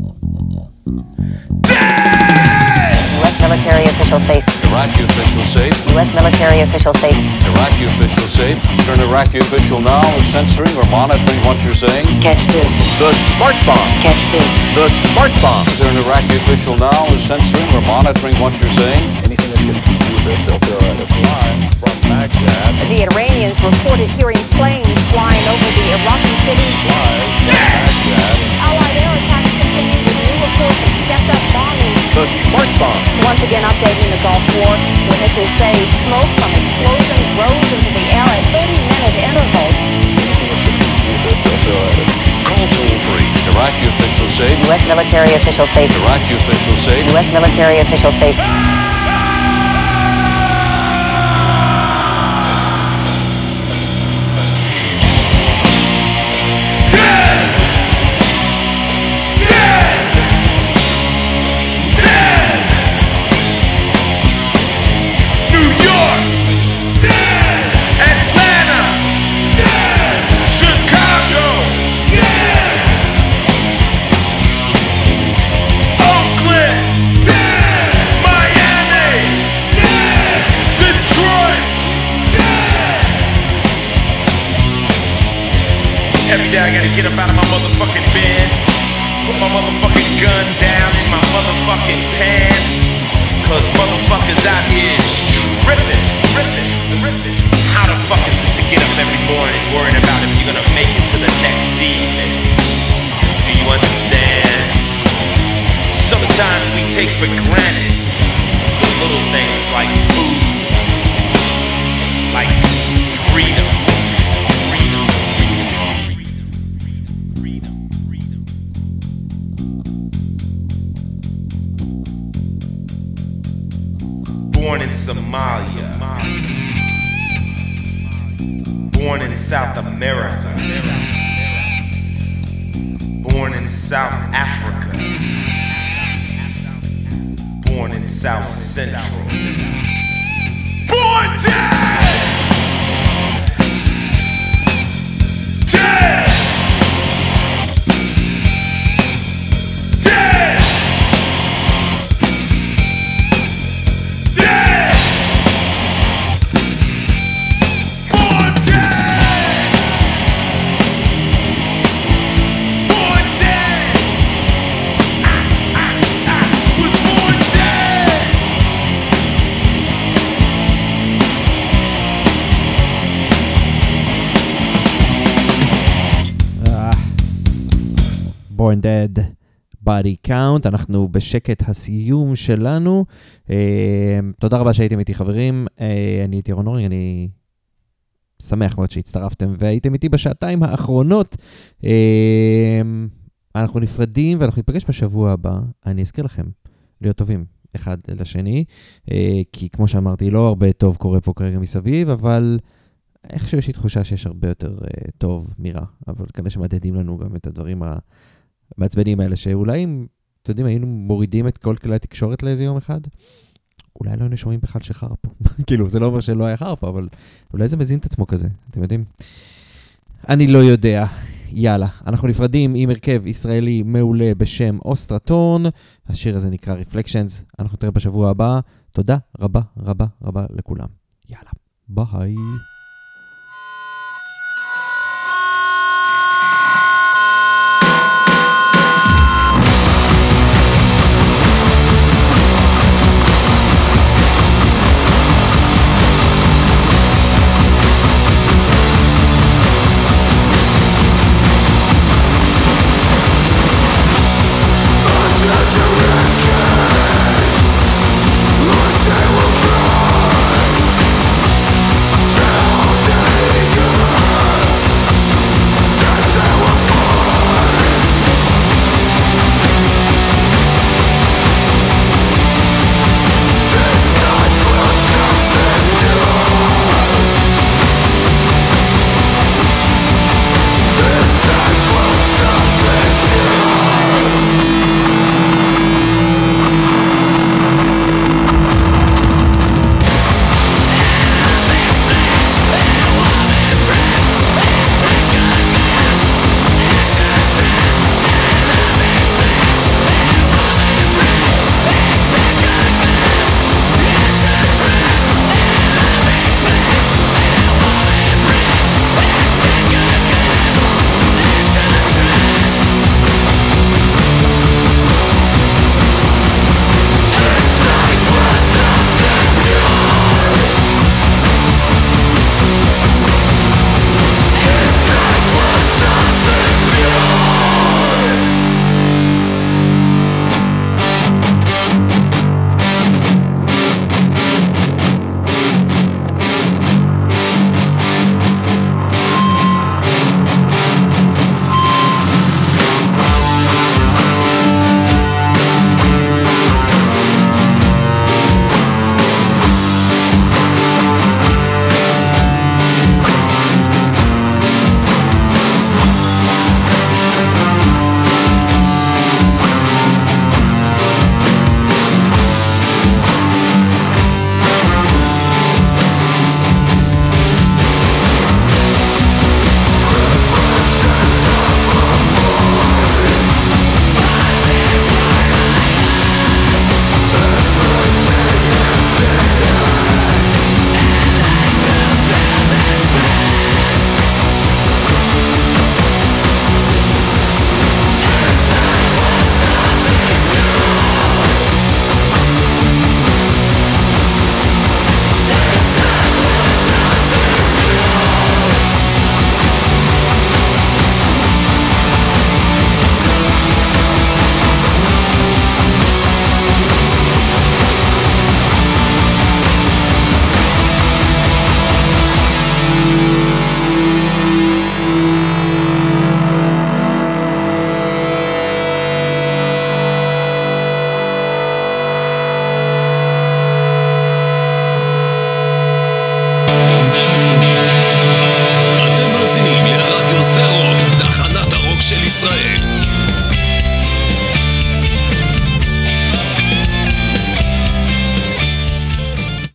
Dead! U S military official safe. Iraqi official safe. U S military official safe. Iraqi official safe. An Iraqi official now is censoring or monitoring what you're saying. Catch this. The smart bomb. Catch this. The smart bomb. Is there an Iraqi official now is censoring or monitoring what you're saying? Anything that's going to confuse us, they'll throw at us. Live from Baghdad. The Iranians reported hearing planes flying over the Iraqi cities. Live from Baghdad. Allied air attacks continue with new reports of stepped-up bombing. The smart bomb. Once again updating the Gulf War. Witnesses say smoke from explosions rose into the air at thirty-minute intervals. Anything that's going to confuse us, they'll throw at us. Call toll free. Iraqi official safe. U S military official safe. Iraqi official safe. U S military official safe. Every day I gotta get up out of my motherfucking bed, put my motherfucking gun down in my motherfucking pants, cause motherfuckers out here is trippin', trippin', trippin'. How the fuck is it to get up every morning worrying about if you're gonna make it to the next evening? Do you understand? Sometimes we take for granted the little things like food, like freedom. Born in Somalia, born in South America, Born in South Africa. Born in South Central. Born dead! Dead! Dead! Dead! Born dead! Born dead! I, I, I was born dead! Born Dead, Body Count. אנחנו בשקט הסיום שלנו. אה, תודה רבה שהייתם איתי חברים. אה, אני הייתי ירון הורינג, אני שמח מאוד שהצטרפתם והייתם איתי בשעתיים האחרונות. אה, אנחנו נפרדים ואנחנו ניפגש בשבוע הבא. אני אזכיר לכם להיות טובים אחד לשני, אה, כי כמו שאמרתי, לא הרבה טוב קורה פה כרגע מסביב, אבל איכשהו יש לי תחושה שיש הרבה יותר אה, טוב מרע, אבל כנראה שמדדים לנו גם את הדברים ה... מעצבנים האלה, שאולי אם, אתם יודעים, היינו מורידים את כל כלי התקשורת לאיזה יום אחד, אולי לא היינו שומעים בכלל שחר פה. כאילו, זה לא אומר שלא היה חר פה, אבל אולי זה מזין את עצמו כזה, אתם יודעים? אני לא יודע. יאללה, אנחנו נפרדים עם הרכב ישראלי מעולה בשם אוסטרטון. השיר הזה נקרא Reflections. אנחנו נתראה בשבוע הבא. תודה רבה רבה רבה לכולם. יאללה, ביי.